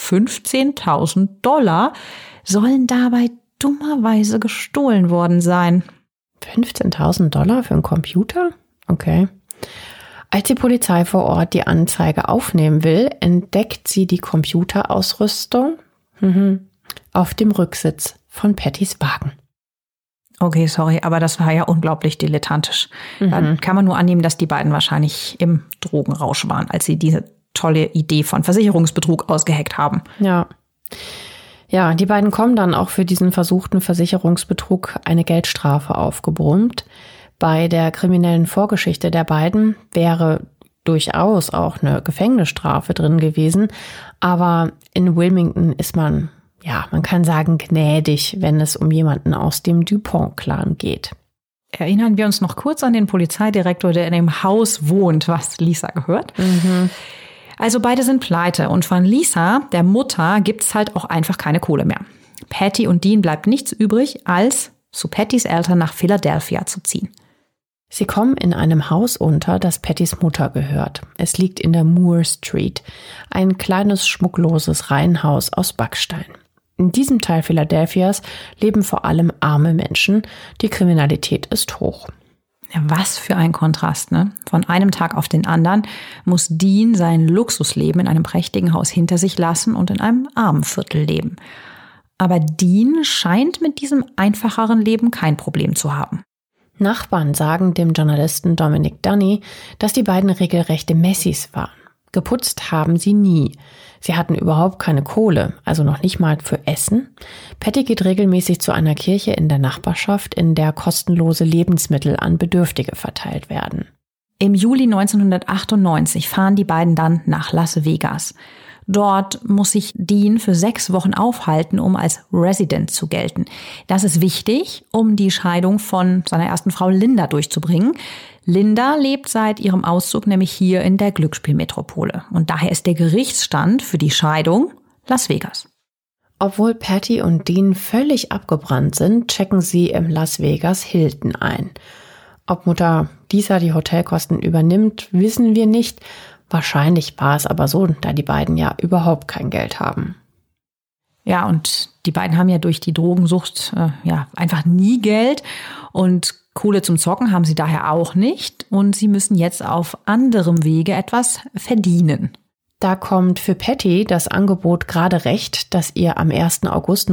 $15.000 sollen dabei dummerweise gestohlen worden sein. $15.000 für einen Computer? Okay. Als die Polizei vor Ort die Anzeige aufnehmen will, entdeckt sie die Computerausrüstung auf dem Rücksitz von Pattys Wagen. Okay, sorry, aber das war ja unglaublich dilettantisch. Dann kann man nur annehmen, dass die beiden wahrscheinlich im Drogenrausch waren, als sie diese tolle Idee von Versicherungsbetrug ausgeheckt haben. Ja. Ja, die beiden kommen dann auch für diesen versuchten Versicherungsbetrug eine Geldstrafe aufgebrummt. Bei der kriminellen Vorgeschichte der beiden wäre durchaus auch eine Gefängnisstrafe drin gewesen. Aber in Wilmington ist man, ja, man kann sagen, gnädig, wenn es um jemanden aus dem Dupont-Clan geht. Erinnern wir uns noch kurz an den Polizeidirektor, der in dem Haus wohnt, was Lisa gehört. Also beide sind pleite und von Lisa, der Mutter, gibt's halt auch einfach keine Kohle mehr. Patty und Dean bleibt nichts übrig, als zu Pattys Eltern nach Philadelphia zu ziehen. Sie kommen in einem Haus unter, das Pattys Mutter gehört. Es liegt in der Moore Street, ein kleines, schmuckloses Reihenhaus aus Backstein. In diesem Teil Philadelphias leben vor allem arme Menschen. Die Kriminalität ist hoch. Ja, was für ein Kontrast, ne? Von einem Tag auf den anderen muss Dean sein Luxusleben in einem prächtigen Haus hinter sich lassen und in einem armen Viertel leben. Aber Dean scheint mit diesem einfacheren Leben kein Problem zu haben. Nachbarn sagen dem Journalisten Dominic Dunny, dass die beiden regelrechte Messis waren. Geputzt haben sie nie. Sie hatten überhaupt keine Kohle, also noch nicht mal für Essen. Patty geht regelmäßig zu einer Kirche in der Nachbarschaft, in der kostenlose Lebensmittel an Bedürftige verteilt werden. Im Juli 1998 fahren die beiden dann nach Las Vegas. Dort muss sich Dean für 6 Wochen aufhalten, um als Resident zu gelten. Das ist wichtig, um die Scheidung von seiner ersten Frau Linda durchzubringen. Linda lebt seit ihrem Auszug nämlich hier in der Glücksspielmetropole. Und daher ist der Gerichtsstand für die Scheidung Las Vegas. Obwohl Patty und Dean völlig abgebrannt sind, checken sie im Las Vegas Hilton ein. Ob Mutter Lisa die Hotelkosten übernimmt, wissen wir nicht. Wahrscheinlich war es aber so, da die beiden ja überhaupt kein Geld haben. Ja, und die beiden haben ja durch die Drogensucht einfach nie Geld. Und Kohle zum Zocken haben sie daher auch nicht. Und sie müssen jetzt auf anderem Wege etwas verdienen. Da kommt für Patty das Angebot gerade recht, dass ihr am 1. August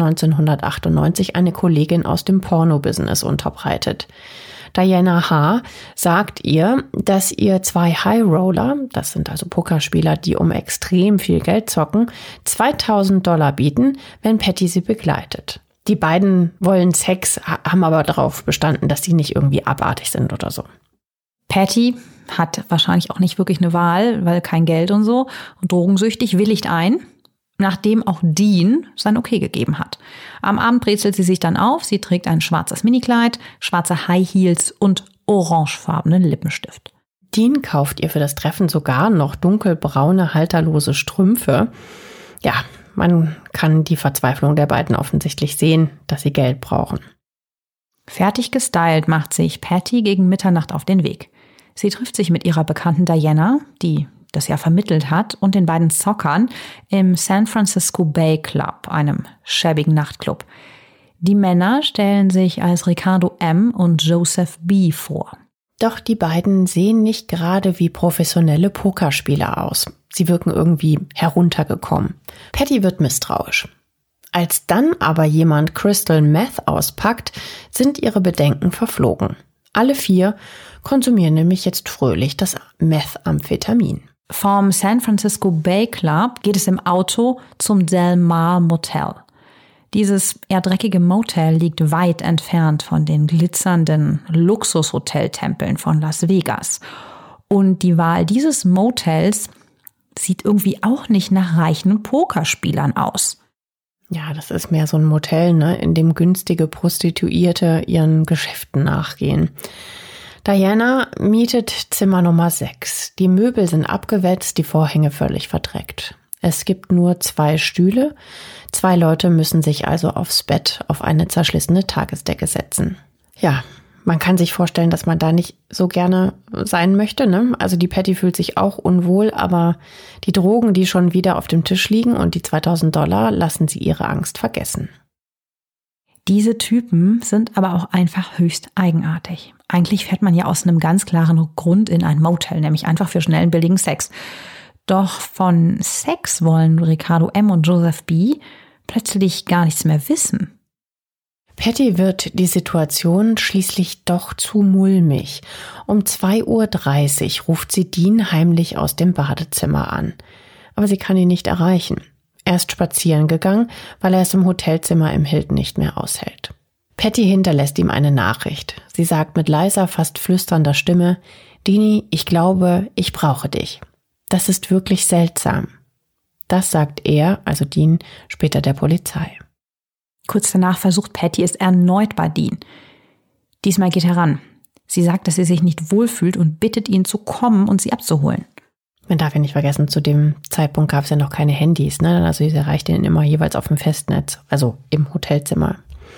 1998 eine Kollegin aus dem Porno-Business unterbreitet. Diana H. sagt ihr, dass ihr 2 High Roller, das sind also Pokerspieler, die um extrem viel Geld zocken, $2.000 bieten, wenn Patty sie begleitet. Die beiden wollen Sex, haben aber darauf bestanden, dass sie nicht irgendwie abartig sind oder so. Patty hat wahrscheinlich auch nicht wirklich eine Wahl, weil kein Geld und so, und drogensüchtig willigt ein, nachdem auch Dean sein Okay gegeben hat. Am Abend brezelt sie sich dann auf, sie trägt ein schwarzes Minikleid, schwarze High Heels und orangefarbenen Lippenstift. Dean kauft ihr für das Treffen sogar noch dunkelbraune, halterlose Strümpfe. Ja, man kann die Verzweiflung der beiden offensichtlich sehen, dass sie Geld brauchen. Fertig gestylt macht sich Patty gegen Mitternacht auf den Weg. Sie trifft sich mit ihrer Bekannten Diana, die das ja vermittelt hat, und den beiden Zockern im San Francisco Bay Club, einem schäbigen Nachtclub. Die Männer stellen sich als Ricardo M. und Joseph B. vor. Doch die beiden sehen nicht gerade wie professionelle Pokerspieler aus. Sie wirken irgendwie heruntergekommen. Patty wird misstrauisch. Als dann aber jemand Crystal Meth auspackt, sind ihre Bedenken verflogen. Alle 4 konsumieren nämlich jetzt fröhlich das Methamphetamin. Vom San Francisco Bay Club geht es im Auto zum Del Mar Motel. Dieses eher dreckige Motel liegt weit entfernt von den glitzernden Luxushoteltempeln von Las Vegas. Und die Wahl dieses Motels sieht irgendwie auch nicht nach reichen Pokerspielern aus. Ja, das ist mehr so ein Motel, in dem günstige Prostituierte ihren Geschäften nachgehen. Diana mietet Zimmer Nummer 6. Die Möbel sind abgewetzt, die Vorhänge völlig verdreckt. Es gibt nur 2 Stühle. 2 Leute müssen sich also aufs Bett auf eine zerschlissene Tagesdecke setzen. Ja, man kann sich vorstellen, dass man da nicht so gerne sein möchte, ne? Also die Patty fühlt sich auch unwohl, aber die Drogen, die schon wieder auf dem Tisch liegen, und die $2.000 lassen sie ihre Angst vergessen. Diese Typen sind aber auch einfach höchst eigenartig. Eigentlich fährt man ja aus einem ganz klaren Grund in ein Motel, nämlich einfach für schnellen, billigen Sex. Doch von Sex wollen Ricardo M. und Joseph B. plötzlich gar nichts mehr wissen. Patty wird die Situation schließlich doch zu mulmig. Um 2:30 Uhr ruft sie Dean heimlich aus dem Badezimmer an. Aber sie kann ihn nicht erreichen. Er ist spazieren gegangen, weil er es im Hotelzimmer im Hilton nicht mehr aushält. Patty hinterlässt ihm eine Nachricht. Sie sagt mit leiser, fast flüsternder Stimme: Deanie, ich glaube, ich brauche dich. Das ist wirklich seltsam. Das sagt er, also Dean, später der Polizei. Kurz danach versucht Patty es erneut bei Dean. Diesmal geht er ran. Sie sagt, dass sie sich nicht wohlfühlt und bittet ihn zu kommen und sie abzuholen. Man darf ja nicht vergessen, zu dem Zeitpunkt gab es ja noch keine Handys, ne? Also sie erreicht ihn immer jeweils auf dem Festnetz, also im Hotelzimmer.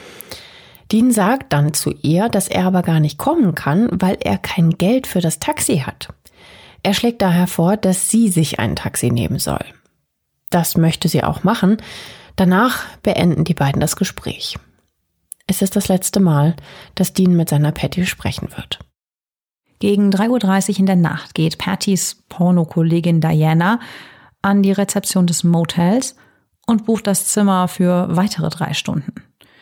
Dean sagt dann zu ihr, dass er aber gar nicht kommen kann, weil er kein Geld für das Taxi hat. Er schlägt daher vor, dass sie sich ein Taxi nehmen soll. Das möchte sie auch machen. Danach beenden die beiden das Gespräch. Es ist das letzte Mal, dass Dean mit seiner Patty sprechen wird. Gegen 3:30 Uhr in der Nacht geht Pattys Pornokollegin Diana an die Rezeption des Motels und bucht das Zimmer für weitere 3 Stunden.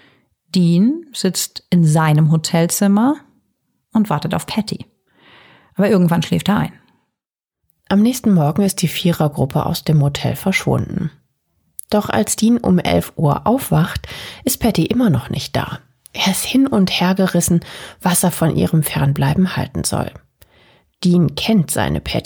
Dean sitzt in seinem Hotelzimmer und wartet auf Patty. Aber irgendwann schläft er ein. Am nächsten Morgen ist die 4er-Gruppe aus dem Motel verschwunden. Doch als Dean um 11 Uhr aufwacht, ist Patty immer noch nicht da. Er ist hin und her gerissen, was er von ihrem Fernbleiben halten soll. Dean kennt seine Patty.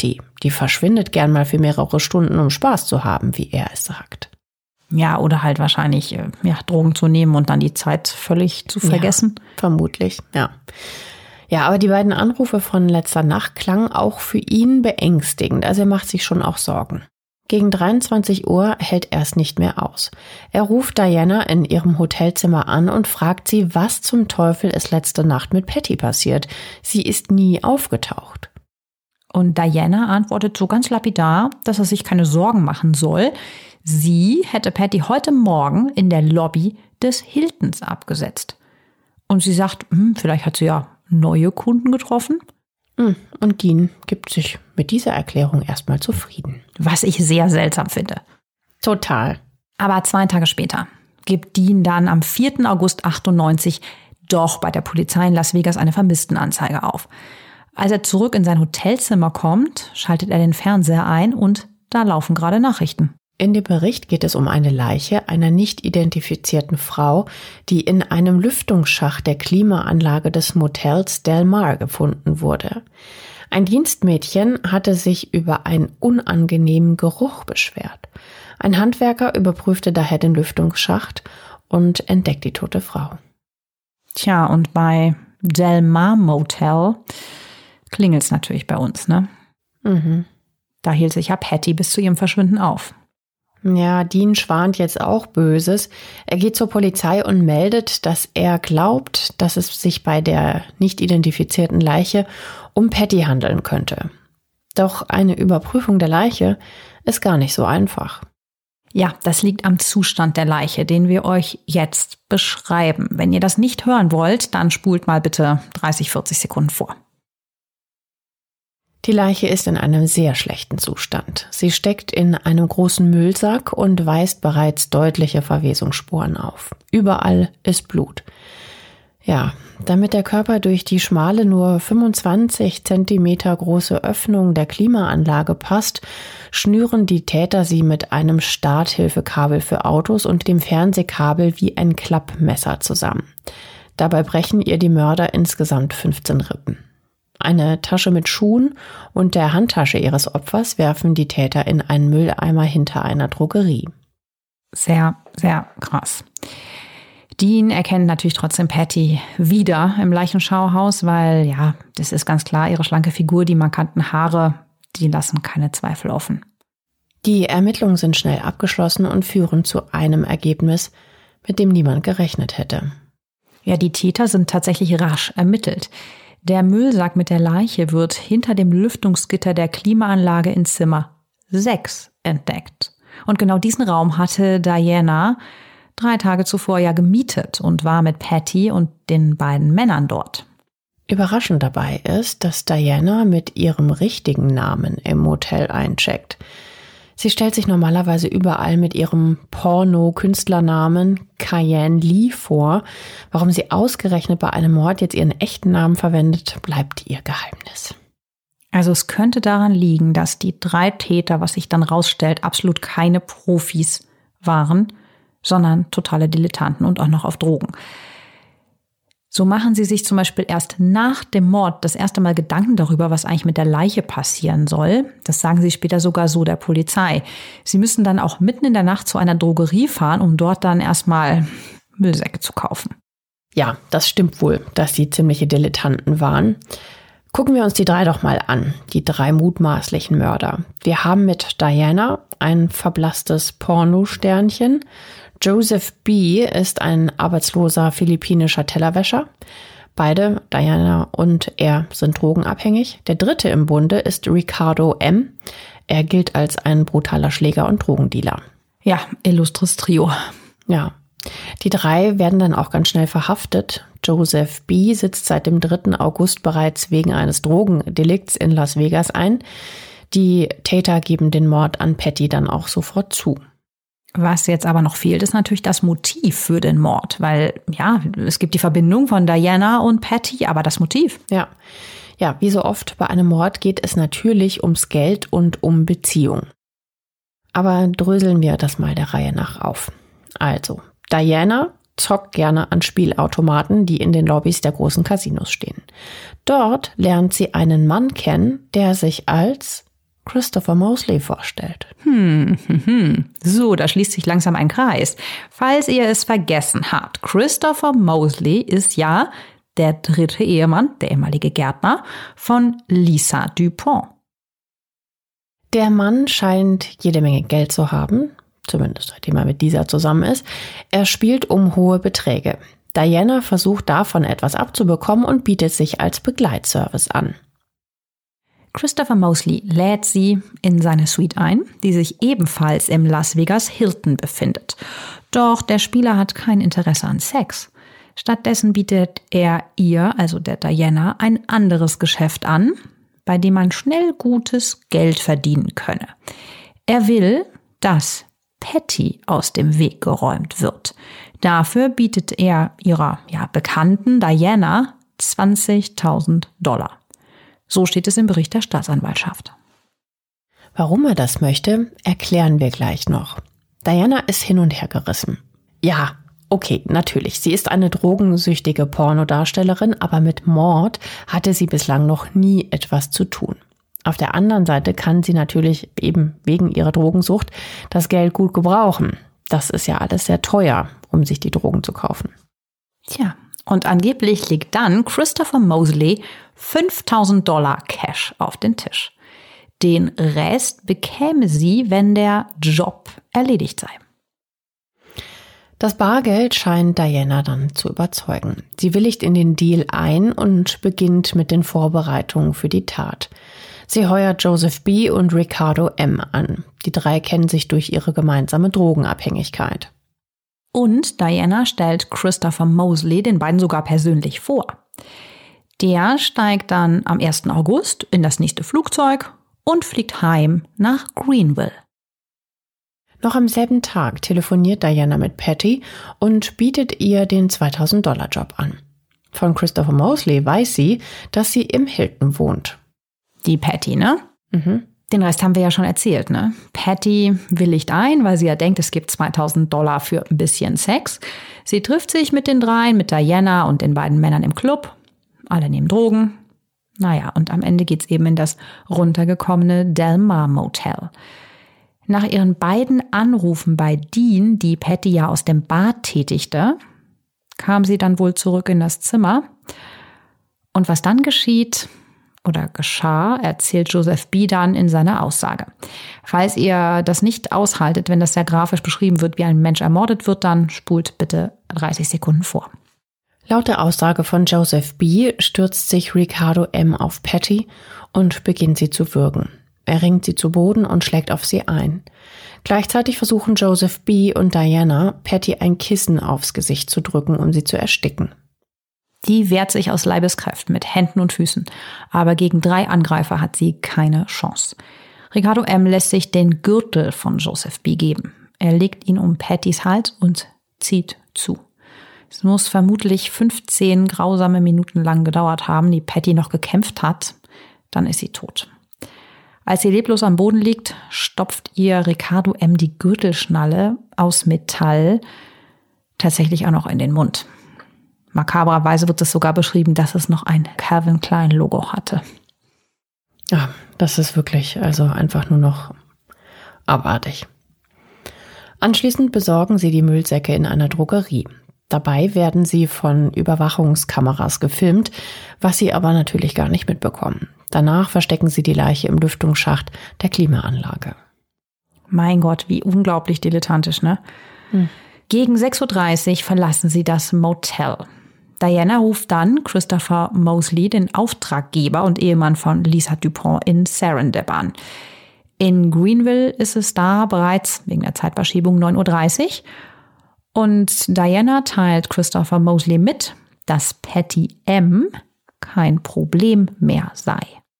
Die verschwindet gern mal für mehrere Stunden, um Spaß zu haben, wie er es sagt. Ja, oder halt wahrscheinlich Drogen zu nehmen und dann die Zeit völlig zu vergessen. Ja, vermutlich, ja. Ja, aber die beiden Anrufe von letzter Nacht klangen auch für ihn beängstigend. Also er macht sich schon auch Sorgen. Gegen 23 Uhr hält er es nicht mehr aus. Er ruft Diana in ihrem Hotelzimmer an und fragt sie, was zum Teufel ist letzte Nacht mit Patty passiert. Sie ist nie aufgetaucht. Und Diana antwortet so ganz lapidar, dass er sich keine Sorgen machen soll. Sie hätte Patty heute Morgen in der Lobby des Hiltons abgesetzt. Und sie sagt, vielleicht hat sie ja neue Kunden getroffen. Und Dean gibt sich mit dieser Erklärung erstmal zufrieden. Was ich sehr seltsam finde. Total. Aber 2 Tage später gibt Dean dann am 4. August 98 doch bei der Polizei in Las Vegas eine Vermisstenanzeige auf. Als er zurück in sein Hotelzimmer kommt, schaltet er den Fernseher ein und da laufen gerade Nachrichten. In dem Bericht geht es um eine Leiche einer nicht identifizierten Frau, die in einem Lüftungsschacht der Klimaanlage des Motels Del Mar gefunden wurde. Ein Dienstmädchen hatte sich über einen unangenehmen Geruch beschwert. Ein Handwerker überprüfte daher den Lüftungsschacht und entdeckt die tote Frau. Tja, und bei Del Mar Motel klingelt's natürlich bei uns, ne? Da hielt sich ja Patty bis zu ihrem Verschwinden auf. Ja, Dean schwant jetzt auch Böses. Er geht zur Polizei und meldet, dass er glaubt, dass es sich bei der nicht identifizierten Leiche um Patty handeln könnte. Doch eine Überprüfung der Leiche ist gar nicht so einfach. Ja, das liegt am Zustand der Leiche, den wir euch jetzt beschreiben. Wenn ihr das nicht hören wollt, dann spult mal bitte 30, 40 Sekunden vor. Die Leiche ist in einem sehr schlechten Zustand. Sie steckt in einem großen Müllsack und weist bereits deutliche Verwesungsspuren auf. Überall ist Blut. Ja, damit der Körper durch die schmale, nur 25 Zentimeter große Öffnung der Klimaanlage passt, schnüren die Täter sie mit einem Starthilfekabel für Autos und dem Fernsehkabel wie ein Klappmesser zusammen. Dabei brechen ihr die Mörder insgesamt 15 Rippen. Eine Tasche mit Schuhen und der Handtasche ihres Opfers werfen die Täter in einen Mülleimer hinter einer Drogerie. Sehr, sehr krass. Dean erkennt natürlich trotzdem Patty wieder im Leichenschauhaus, weil, ja, das ist ganz klar, ihre schlanke Figur, die markanten Haare, die lassen keine Zweifel offen. Die Ermittlungen sind schnell abgeschlossen und führen zu einem Ergebnis, mit dem niemand gerechnet hätte. Ja, die Täter sind tatsächlich rasch ermittelt. Der Müllsack mit der Leiche wird hinter dem Lüftungsgitter der Klimaanlage in Zimmer 6 entdeckt. Und genau diesen Raum hatte Diana 3 Tage zuvor ja gemietet und war mit Patty und den beiden Männern dort. Überraschend dabei ist, dass Diana mit ihrem richtigen Namen im Motel eincheckt. Sie stellt sich normalerweise überall mit ihrem Porno-Künstlernamen Cayenne Lee vor. Warum sie ausgerechnet bei einem Mord jetzt ihren echten Namen verwendet, bleibt ihr Geheimnis. Also es könnte daran liegen, dass die 3 Täter, was sich dann rausstellt, absolut keine Profis waren, sondern totale Dilettanten und auch noch auf Drogen. So machen sie sich zum Beispiel erst nach dem Mord das erste Mal Gedanken darüber, was eigentlich mit der Leiche passieren soll. Das sagen sie später sogar so der Polizei. Sie müssen dann auch mitten in der Nacht zu einer Drogerie fahren, um dort dann erstmal Müllsäcke zu kaufen. Ja, das stimmt wohl, dass sie ziemliche Dilettanten waren. Gucken wir uns die 3 doch mal an, die 3 mutmaßlichen Mörder. Wir haben mit Diana ein verblasstes Pornosternchen. Joseph B. ist ein arbeitsloser philippinischer Tellerwäscher. Beide, Diana und er, sind drogenabhängig. Der 3. im Bunde ist Ricardo M. Er gilt als ein brutaler Schläger und Drogendealer. Ja, illustres Trio. Ja, die 3 werden dann auch ganz schnell verhaftet. Joseph B. sitzt seit dem 3. August bereits wegen eines Drogendelikts in Las Vegas ein. Die Täter geben den Mord an Patty dann auch sofort zu. Was jetzt aber noch fehlt, ist natürlich das Motiv für den Mord, weil ja, es gibt die Verbindung von Diana und Patty, aber das Motiv. Ja, wie so oft bei einem Mord geht es natürlich ums Geld und um Beziehung. Aber dröseln wir das mal der Reihe nach auf. Also, Diana zockt gerne an Spielautomaten, die in den Lobbys der großen Casinos stehen. Dort lernt sie einen Mann kennen, der sich als Christopher Moseley vorstellt. So, da schließt sich langsam ein Kreis. Falls ihr es vergessen habt, Christopher Moseley ist ja der 3. Ehemann, der ehemalige Gärtner, von Lisa Dupont. Der Mann scheint jede Menge Geld zu haben, zumindest seitdem er mit dieser zusammen ist. Er spielt um hohe Beträge. Diana versucht davon etwas abzubekommen und bietet sich als Begleitservice an. Christopher Moseley lädt sie in seine Suite ein, die sich ebenfalls im Las Vegas Hilton befindet. Doch der Spieler hat kein Interesse an Sex. Stattdessen bietet er ihr, also der Diana, ein anderes Geschäft an, bei dem man schnell gutes Geld verdienen könne. Er will, dass Patty aus dem Weg geräumt wird. Dafür bietet er ihrer Bekannten Diana $20.000. So steht es im Bericht der Staatsanwaltschaft. Warum er das möchte, erklären wir gleich noch. Diana ist hin und her gerissen. Ja, okay, natürlich, sie ist eine drogensüchtige Pornodarstellerin, aber mit Mord hatte sie bislang noch nie etwas zu tun. Auf der anderen Seite kann sie natürlich eben wegen ihrer Drogensucht das Geld gut gebrauchen. Das ist ja alles sehr teuer, um sich die Drogen zu kaufen. Tja, und angeblich liegt dann Christopher Moseley $5.000 Cash auf den Tisch. Den Rest bekäme sie, wenn der Job erledigt sei. Das Bargeld scheint Diana dann zu überzeugen. Sie willigt in den Deal ein und beginnt mit den Vorbereitungen für die Tat. Sie heuert Joseph B. und Ricardo M. an. Die 3 kennen sich durch ihre gemeinsame Drogenabhängigkeit. Und Diana stellt Christopher Moseley den beiden sogar persönlich vor. Der steigt dann am 1. August in das nächste Flugzeug und fliegt heim nach Greenville. Noch am selben Tag telefoniert Diana mit Patty und bietet ihr den $2.000-Job an. Von Christopher Moseley weiß sie, dass sie im Hilton wohnt. Die Patty, ne? Mhm. Den Rest haben wir ja schon erzählt, ne? Patty willigt ein, weil sie ja denkt, es gibt $2.000 für ein bisschen Sex. Sie trifft sich mit den 3, mit Diana und den beiden Männern im Club. Alle nehmen Drogen. Naja, und am Ende geht's eben in das runtergekommene Del Mar Motel. Nach ihren beiden Anrufen bei Dean, die Patty ja aus dem Bad tätigte, kam sie dann wohl zurück in das Zimmer. Und was dann geschah, erzählt Joseph B. dann in seiner Aussage. Falls ihr das nicht aushaltet, wenn das sehr grafisch beschrieben wird, wie ein Mensch ermordet wird, dann spult bitte 30 Sekunden vor. Laut der Aussage von Joseph B. stürzt sich Ricardo M. auf Patty und beginnt sie zu würgen. Er ringt sie zu Boden und schlägt auf sie ein. Gleichzeitig versuchen Joseph B. und Diana, Patty ein Kissen aufs Gesicht zu drücken, um sie zu ersticken. Die wehrt sich aus Leibeskräften mit Händen und Füßen, aber gegen 3 Angreifer hat sie keine Chance. Ricardo M. lässt sich den Gürtel von Joseph B. geben. Er legt ihn um Pattys Hals und zieht zu. Es muss vermutlich 15 grausame Minuten lang gedauert haben, die Patty noch gekämpft hat. Dann ist sie tot. Als sie leblos am Boden liegt, stopft ihr Ricardo M. die Gürtelschnalle aus Metall tatsächlich auch noch in den Mund. Makabrerweise wird es sogar beschrieben, dass es noch ein Calvin Klein Logo hatte. Ja, das ist wirklich einfach nur noch abartig. Anschließend besorgen sie die Müllsäcke in einer Drogerie. Dabei werden sie von Überwachungskameras gefilmt, was sie aber natürlich gar nicht mitbekommen. Danach verstecken sie die Leiche im Lüftungsschacht der Klimaanlage. Mein Gott, wie unglaublich dilettantisch, ne? Gegen 6:30 Uhr verlassen sie das Motel. Diana ruft dann Christopher Moseley, den Auftraggeber und Ehemann von Lisa Dupont in Serendip an. In Greenville ist es da bereits wegen der Zeitverschiebung 9:30 Uhr. Und Diana teilt Christopher Moseley mit, dass Patty M. kein Problem mehr sei.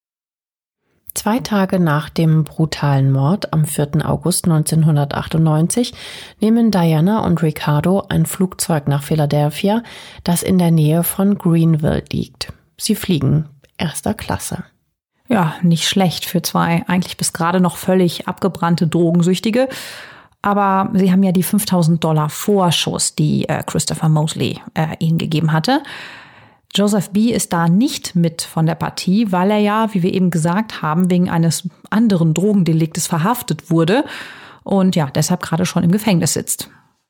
2 Tage nach dem brutalen Mord am 4. August 1998 nehmen Diana und Ricardo ein Flugzeug nach Philadelphia, das in der Nähe von Greenville liegt. Sie fliegen 1. Klasse. Ja, nicht schlecht für 2 eigentlich bis gerade noch völlig abgebrannte Drogensüchtige. Aber sie haben ja die $5.000 Vorschuss, die Christopher Moseley ihnen gegeben hatte. Joseph B. ist da nicht mit von der Partie, weil er ja, wie wir eben gesagt haben, wegen eines anderen Drogendeliktes verhaftet wurde und ja, deshalb gerade schon im Gefängnis sitzt.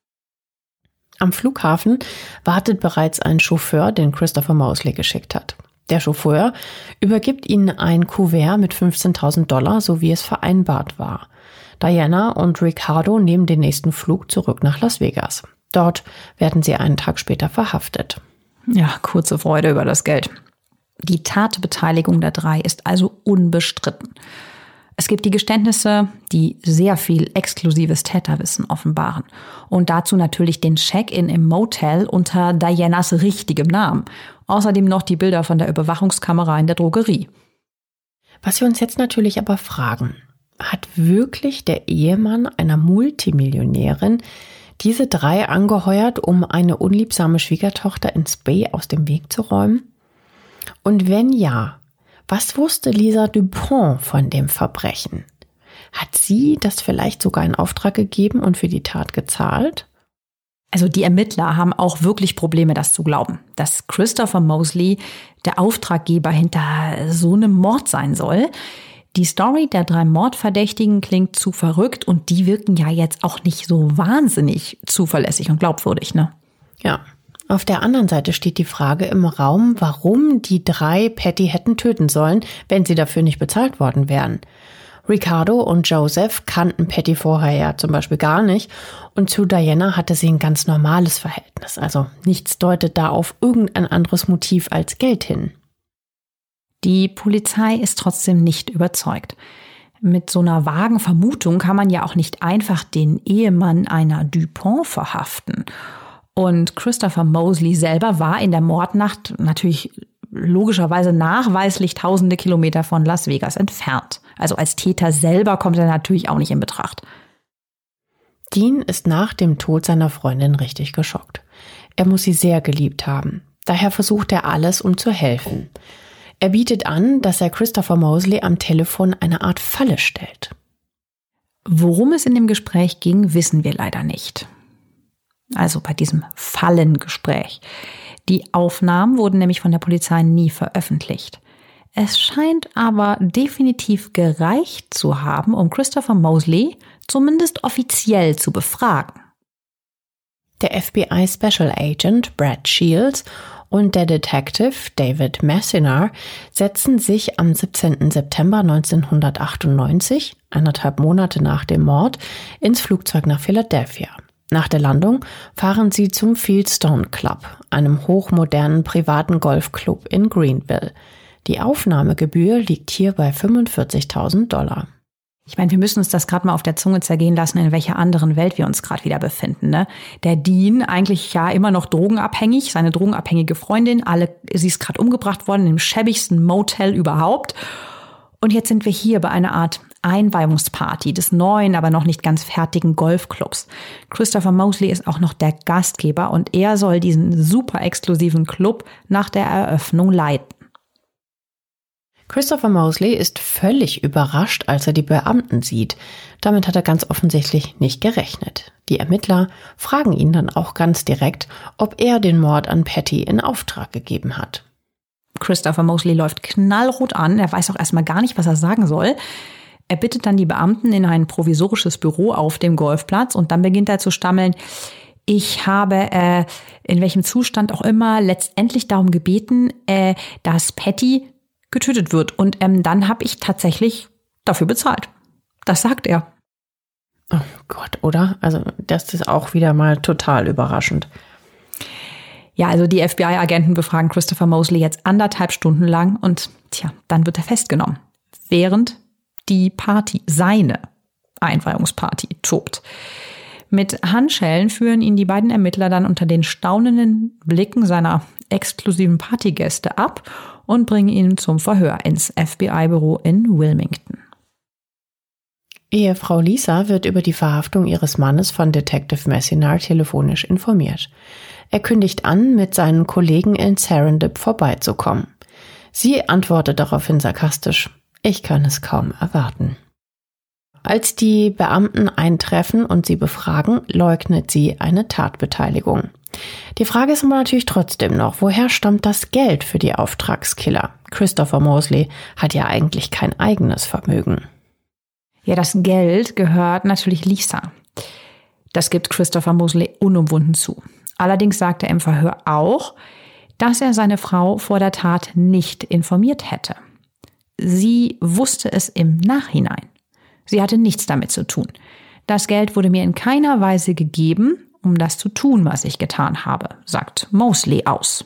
Am Flughafen wartet bereits ein Chauffeur, den Christopher Mosley geschickt hat. Der Chauffeur übergibt ihnen ein Kuvert mit $15.000, so wie es vereinbart war. Diana und Ricardo nehmen den nächsten Flug zurück nach Las Vegas. Dort werden sie einen Tag später verhaftet. Ja, kurze Freude über das Geld. Die Tatbeteiligung der drei ist also unbestritten. Es gibt die Geständnisse, die sehr viel exklusives Täterwissen offenbaren. Und dazu natürlich den Check-in im Motel unter Dianas richtigem Namen. Außerdem noch die Bilder von der Überwachungskamera in der Drogerie. Was wir uns jetzt natürlich aber fragen, hat wirklich der Ehemann einer Multimillionärin diese drei angeheuert, um eine unliebsame Schwiegertochter ins Bay aus dem Weg zu räumen? Und wenn ja, was wusste Lisa Dupont von dem Verbrechen? Hat sie das vielleicht sogar in Auftrag gegeben und für die Tat gezahlt? Also die Ermittler haben auch wirklich Probleme, das zu glauben, dass Christopher Mosley der Auftraggeber hinter so einem Mord sein soll. Die Story der drei Mordverdächtigen klingt zu verrückt und die wirken ja jetzt auch nicht so wahnsinnig zuverlässig und glaubwürdig, ne? Ja. Auf der anderen Seite steht die Frage im Raum, warum die drei Patty hätten töten sollen, wenn sie dafür nicht bezahlt worden wären. Ricardo und Joseph kannten Patty vorher ja zum Beispiel gar nicht und zu Diana hatte sie ein ganz normales Verhältnis. Also nichts deutet da auf irgendein anderes Motiv als Geld hin. Die Polizei ist trotzdem nicht überzeugt. Mit so einer vagen Vermutung kann man ja auch nicht einfach den Ehemann einer Dupont verhaften. Und Christopher Mosley selber war in der Mordnacht natürlich logischerweise nachweislich tausende Kilometer von Las Vegas entfernt. Also als Täter selber kommt er natürlich auch nicht in Betracht. Dean ist nach dem Tod seiner Freundin richtig geschockt. Er muss sie sehr geliebt haben. Daher versucht er alles, um zu helfen. Er bietet an, dass er Christopher Mosley am Telefon eine Art Falle stellt. Worum es in dem Gespräch ging, wissen wir leider nicht. Also bei diesem Fallengespräch. Die Aufnahmen wurden nämlich von der Polizei nie veröffentlicht. Es scheint aber definitiv gereicht zu haben, um Christopher Mosley zumindest offiziell zu befragen. Der FBI Special Agent Brad Shields und der Detective David Messinar setzen sich am 17. September 1998, 1,5 Monate nach dem Mord, ins Flugzeug nach Philadelphia. Nach der Landung fahren sie zum Fieldstone Club, einem hochmodernen privaten Golfclub in Greenville. Die Aufnahmegebühr liegt hier bei $45.000. Ich meine, wir müssen uns das gerade mal auf der Zunge zergehen lassen, in welcher anderen Welt wir uns gerade wieder befinden, ne? Der Dean, eigentlich ja immer noch drogenabhängig, seine drogenabhängige Freundin, sie ist gerade umgebracht worden im schäbigsten Motel überhaupt. Und jetzt sind wir hier bei einer Art Einweihungsparty des neuen, aber noch nicht ganz fertigen Golfclubs. Christopher Mosley ist auch noch der Gastgeber und er soll diesen super exklusiven Club nach der Eröffnung leiten. Christopher Mosley ist völlig überrascht, als er die Beamten sieht. Damit hat er ganz offensichtlich nicht gerechnet. Die Ermittler fragen ihn dann auch ganz direkt, ob er den Mord an Patty in Auftrag gegeben hat. Christopher Mosley läuft knallrot an, er weiß auch erstmal gar nicht, was er sagen soll. Er bittet dann die Beamten in ein provisorisches Büro auf dem Golfplatz und dann beginnt er zu stammeln: Ich habe, in welchem Zustand auch immer, letztendlich darum gebeten, dass Patty getötet wird. Und dann habe ich tatsächlich dafür bezahlt. Das sagt er. Oh Gott, oder? Also das ist auch wieder mal total überraschend. Ja, also die FBI-Agenten befragen Christopher Mosley jetzt 1,5 Stunden lang und dann wird er festgenommen. Während die Party, seine Einweihungsparty, tobt. Mit Handschellen führen ihn die beiden Ermittler dann unter den staunenden Blicken seiner exklusiven Partygäste ab und bringen ihn zum Verhör ins FBI-Büro in Wilmington. Ehefrau Lisa wird über die Verhaftung ihres Mannes von Detective Messinar telefonisch informiert. Er kündigt an, mit seinen Kollegen in Serendip vorbeizukommen. Sie antwortet daraufhin sarkastisch: Ich kann es kaum erwarten. Als die Beamten eintreffen und sie befragen, leugnet sie eine Tatbeteiligung. Die Frage ist aber natürlich trotzdem noch, woher stammt das Geld für die Auftragskiller? Christopher Moseley hat ja eigentlich kein eigenes Vermögen. Ja, das Geld gehört natürlich Lisa. Das gibt Christopher Moseley unumwunden zu. Allerdings sagt er im Verhör auch, dass er seine Frau vor der Tat nicht informiert hätte. Sie wusste es im Nachhinein. Sie hatte nichts damit zu tun. Das Geld wurde mir in keiner Weise gegeben, um das zu tun, was ich getan habe, sagt Moseley aus.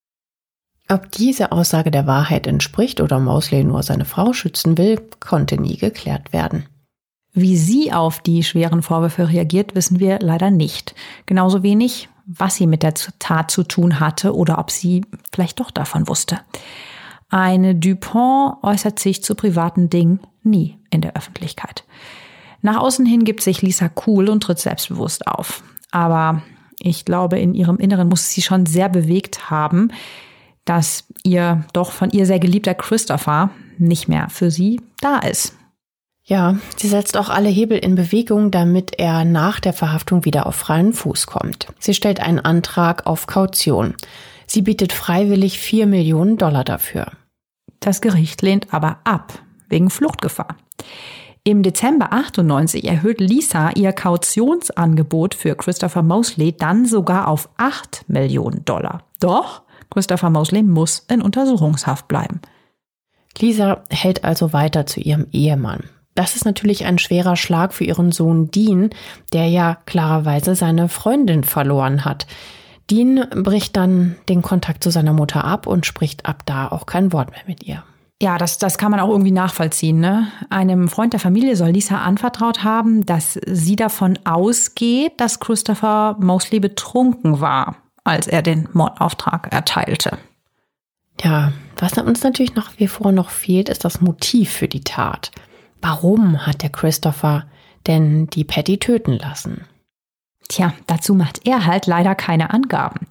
Ob diese Aussage der Wahrheit entspricht oder Moseley nur seine Frau schützen will, konnte nie geklärt werden. Wie sie auf die schweren Vorwürfe reagiert, wissen wir leider nicht. Genauso wenig, was sie mit der Tat zu tun hatte oder ob sie vielleicht doch davon wusste. Eine Dupont äußert sich zu privaten Dingen nie in der Öffentlichkeit. Nach außen hin gibt sich Lisa cool und tritt selbstbewusst auf. Aber ich glaube, in ihrem Inneren muss sie schon sehr bewegt haben, dass ihr doch von ihr sehr geliebter Christopher nicht mehr für sie da ist. Ja, sie setzt auch alle Hebel in Bewegung, damit er nach der Verhaftung wieder auf freien Fuß kommt. Sie stellt einen Antrag auf Kaution. Sie bietet freiwillig $4 Millionen dafür. Das Gericht lehnt aber ab, wegen Fluchtgefahr. Im Dezember 98 erhöht Lisa ihr Kautionsangebot für Christopher Moseley dann sogar auf $8 Millionen. Doch Christopher Moseley muss in Untersuchungshaft bleiben. Lisa hält also weiter zu ihrem Ehemann. Das ist natürlich ein schwerer Schlag für ihren Sohn Dean, der ja klarerweise seine Freundin verloren hat. Dean bricht dann den Kontakt zu seiner Mutter ab und spricht ab da auch kein Wort mehr mit ihr. Ja, das kann man auch irgendwie nachvollziehen, ne? Einem Freund der Familie soll Lisa anvertraut haben, dass sie davon ausgeht, dass Christopher Moseley betrunken war, als er den Mordauftrag erteilte. Ja, was uns natürlich nach wie vor noch fehlt, ist das Motiv für die Tat. Warum hat der Christopher denn die Patty töten lassen? Tja, dazu macht er halt leider keine Angaben.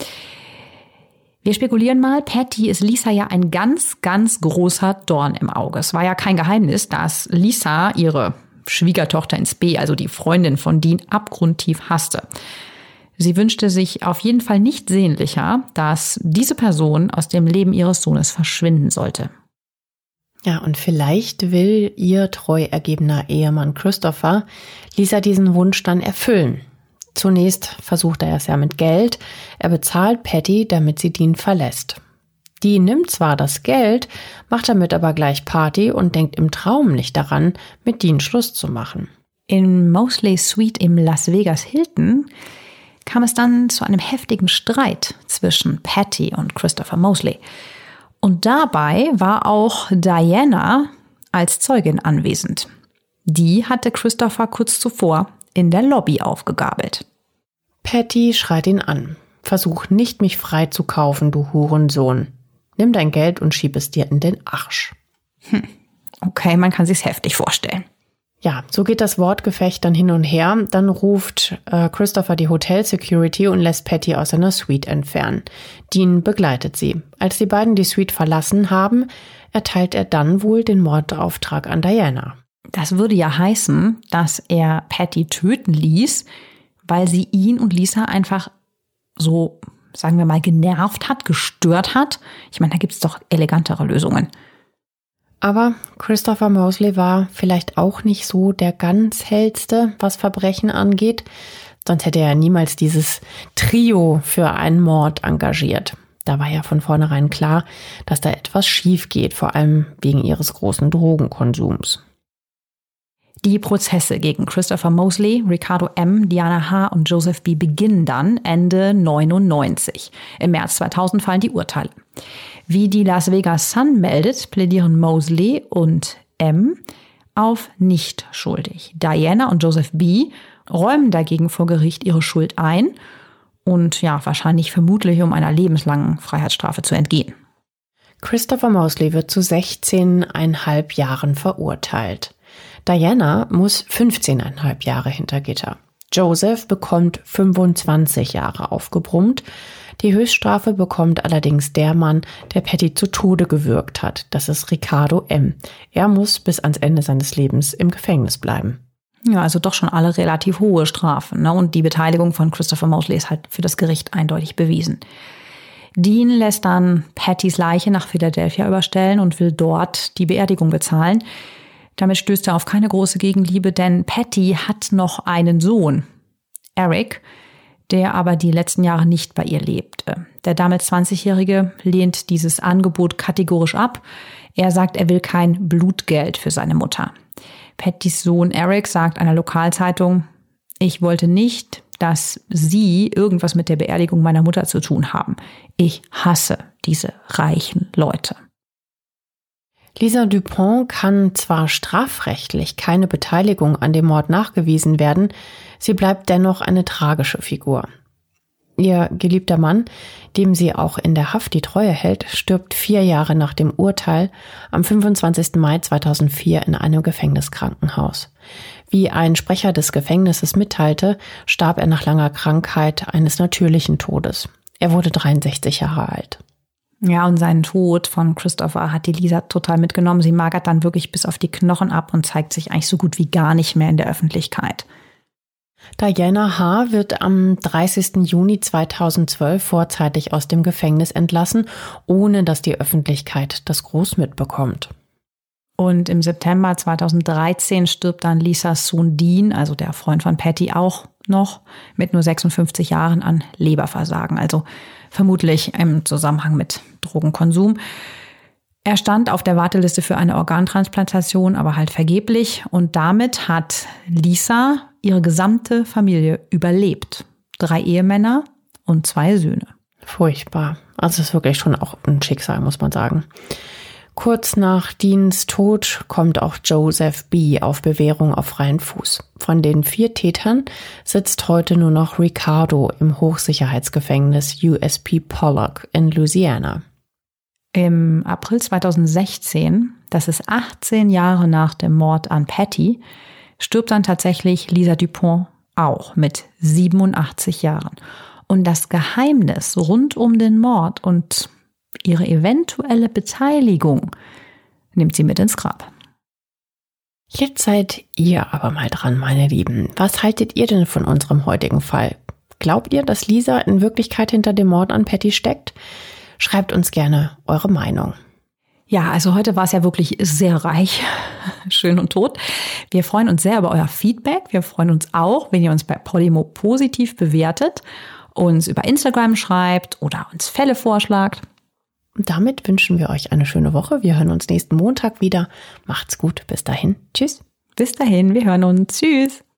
Wir spekulieren mal, Patty ist Lisa ja ein ganz, ganz großer Dorn im Auge. Es war ja kein Geheimnis, dass Lisa ihre Schwiegertochter ins B, also die Freundin von Dean, abgrundtief hasste. Sie wünschte sich auf jeden Fall nicht sehnlicher, dass diese Person aus dem Leben ihres Sohnes verschwinden sollte. Ja, und vielleicht will ihr treu ergebener Ehemann Christopher Lisa diesen Wunsch dann erfüllen. Zunächst versucht er es ja mit Geld. Er bezahlt Patty, damit sie Dean verlässt. Dean nimmt zwar das Geld, macht damit aber gleich Party und denkt im Traum nicht daran, mit Dean Schluss zu machen. In Moseleys Suite im Las Vegas Hilton kam es dann zu einem heftigen Streit zwischen Patty und Christopher Moseley. Und dabei war auch Diana als Zeugin anwesend. Die hatte Christopher kurz zuvor in der Lobby aufgegabelt. Patty schreit ihn an. Versuch nicht, mich frei zu kaufen, du Hurensohn. Nimm dein Geld und schieb es dir in den Arsch. Okay, man kann sich's heftig vorstellen. Ja, so geht das Wortgefecht dann hin und her. Dann ruft Christopher die Hotel Security und lässt Patty aus seiner Suite entfernen. Dean begleitet sie. Als die beiden die Suite verlassen haben, erteilt er dann wohl den Mordauftrag an Diana. Das würde ja heißen, dass er Patty töten ließ, weil sie ihn und Lisa einfach so, sagen wir mal, genervt hat, gestört hat. Ich meine, da gibt's doch elegantere Lösungen. Aber Christopher Moseley war vielleicht auch nicht so der ganz hellste, was Verbrechen angeht. Sonst hätte er niemals dieses Trio für einen Mord engagiert. Da war ja von vornherein klar, dass da etwas schief geht, vor allem wegen ihres großen Drogenkonsums. Die Prozesse gegen Christopher Moseley, Ricardo M., Diana H. und Joseph B. beginnen dann Ende 99. Im März 2000 fallen die Urteile. Wie die Las Vegas Sun meldet, plädieren Moseley und M. auf nicht schuldig. Diana und Joseph B. räumen dagegen vor Gericht ihre Schuld ein und ja, wahrscheinlich vermutlich, um einer lebenslangen Freiheitsstrafe zu entgehen. Christopher Moseley wird zu 16,5 Jahren verurteilt. Diana muss 15,5 Jahre hinter Gitter. Joseph bekommt 25 Jahre aufgebrummt. Die Höchststrafe bekommt allerdings der Mann, der Patty zu Tode gewürgt hat. Das ist Ricardo M. Er muss bis ans Ende seines Lebens im Gefängnis bleiben. Ja, also doch schon alle relativ hohe Strafen, ne? Und die Beteiligung von Christopher Moseley ist halt für das Gericht eindeutig bewiesen. Dean lässt dann Pattys Leiche nach Philadelphia überstellen und will dort die Beerdigung bezahlen. Damit stößt er auf keine große Gegenliebe, denn Patty hat noch einen Sohn, Eric, der aber die letzten Jahre nicht bei ihr lebte. Der damals 20-Jährige lehnt dieses Angebot kategorisch ab. Er sagt, er will kein Blutgeld für seine Mutter. Pattys Sohn Eric sagt einer Lokalzeitung, ich wollte nicht, dass Sie irgendwas mit der Beerdigung meiner Mutter zu tun haben. Ich hasse diese reichen Leute. Lisa Dupont kann zwar strafrechtlich keine Beteiligung an dem Mord nachgewiesen werden, sie bleibt dennoch eine tragische Figur. Ihr geliebter Mann, dem sie auch in der Haft die Treue hält, stirbt 4 Jahre nach dem Urteil am 25. Mai 2004 in einem Gefängniskrankenhaus. Wie ein Sprecher des Gefängnisses mitteilte, starb er nach langer Krankheit eines natürlichen Todes. Er wurde 63 Jahre alt. Ja, und seinen Tod von Christopher hat die Lisa total mitgenommen. Sie magert dann wirklich bis auf die Knochen ab und zeigt sich eigentlich so gut wie gar nicht mehr in der Öffentlichkeit. Diana H. wird am 30. Juni 2012 vorzeitig aus dem Gefängnis entlassen, ohne dass die Öffentlichkeit das groß mitbekommt. Und im September 2013 stirbt dann Lisas Sohn Dean, also der Freund von Patty, auch noch mit nur 56 Jahren an Leberversagen, also vermutlich im Zusammenhang mit Drogenkonsum. Er stand auf der Warteliste für eine Organtransplantation, aber halt vergeblich. Und damit hat Lisa ihre gesamte Familie überlebt. 3 Ehemänner und 2 Söhne. Furchtbar. Also es ist wirklich schon auch ein Schicksal, muss man sagen. Kurz nach Deans Tod kommt auch Joseph B. auf Bewährung auf freien Fuß. Von den 4 Tätern sitzt heute nur noch Ricardo im Hochsicherheitsgefängnis USP Pollock in Louisiana. Im April 2016, das ist 18 Jahre nach dem Mord an Patty, stirbt dann tatsächlich Lisa Dupont auch mit 87 Jahren. Und das Geheimnis rund um den Mord und ihre eventuelle Beteiligung nimmt sie mit ins Grab. Jetzt seid ihr aber mal dran, meine Lieben. Was haltet ihr denn von unserem heutigen Fall? Glaubt ihr, dass Lisa in Wirklichkeit hinter dem Mord an Patty steckt? Schreibt uns gerne eure Meinung. Ja, also heute war es ja wirklich sehr reich, schön und tot. Wir freuen uns sehr über euer Feedback. Wir freuen uns auch, wenn ihr uns bei Podimo positiv bewertet, uns über Instagram schreibt oder uns Fälle vorschlagt. Und damit wünschen wir euch eine schöne Woche. Wir hören uns nächsten Montag wieder. Macht's gut. Bis dahin. Tschüss. Bis dahin. Wir hören uns. Tschüss.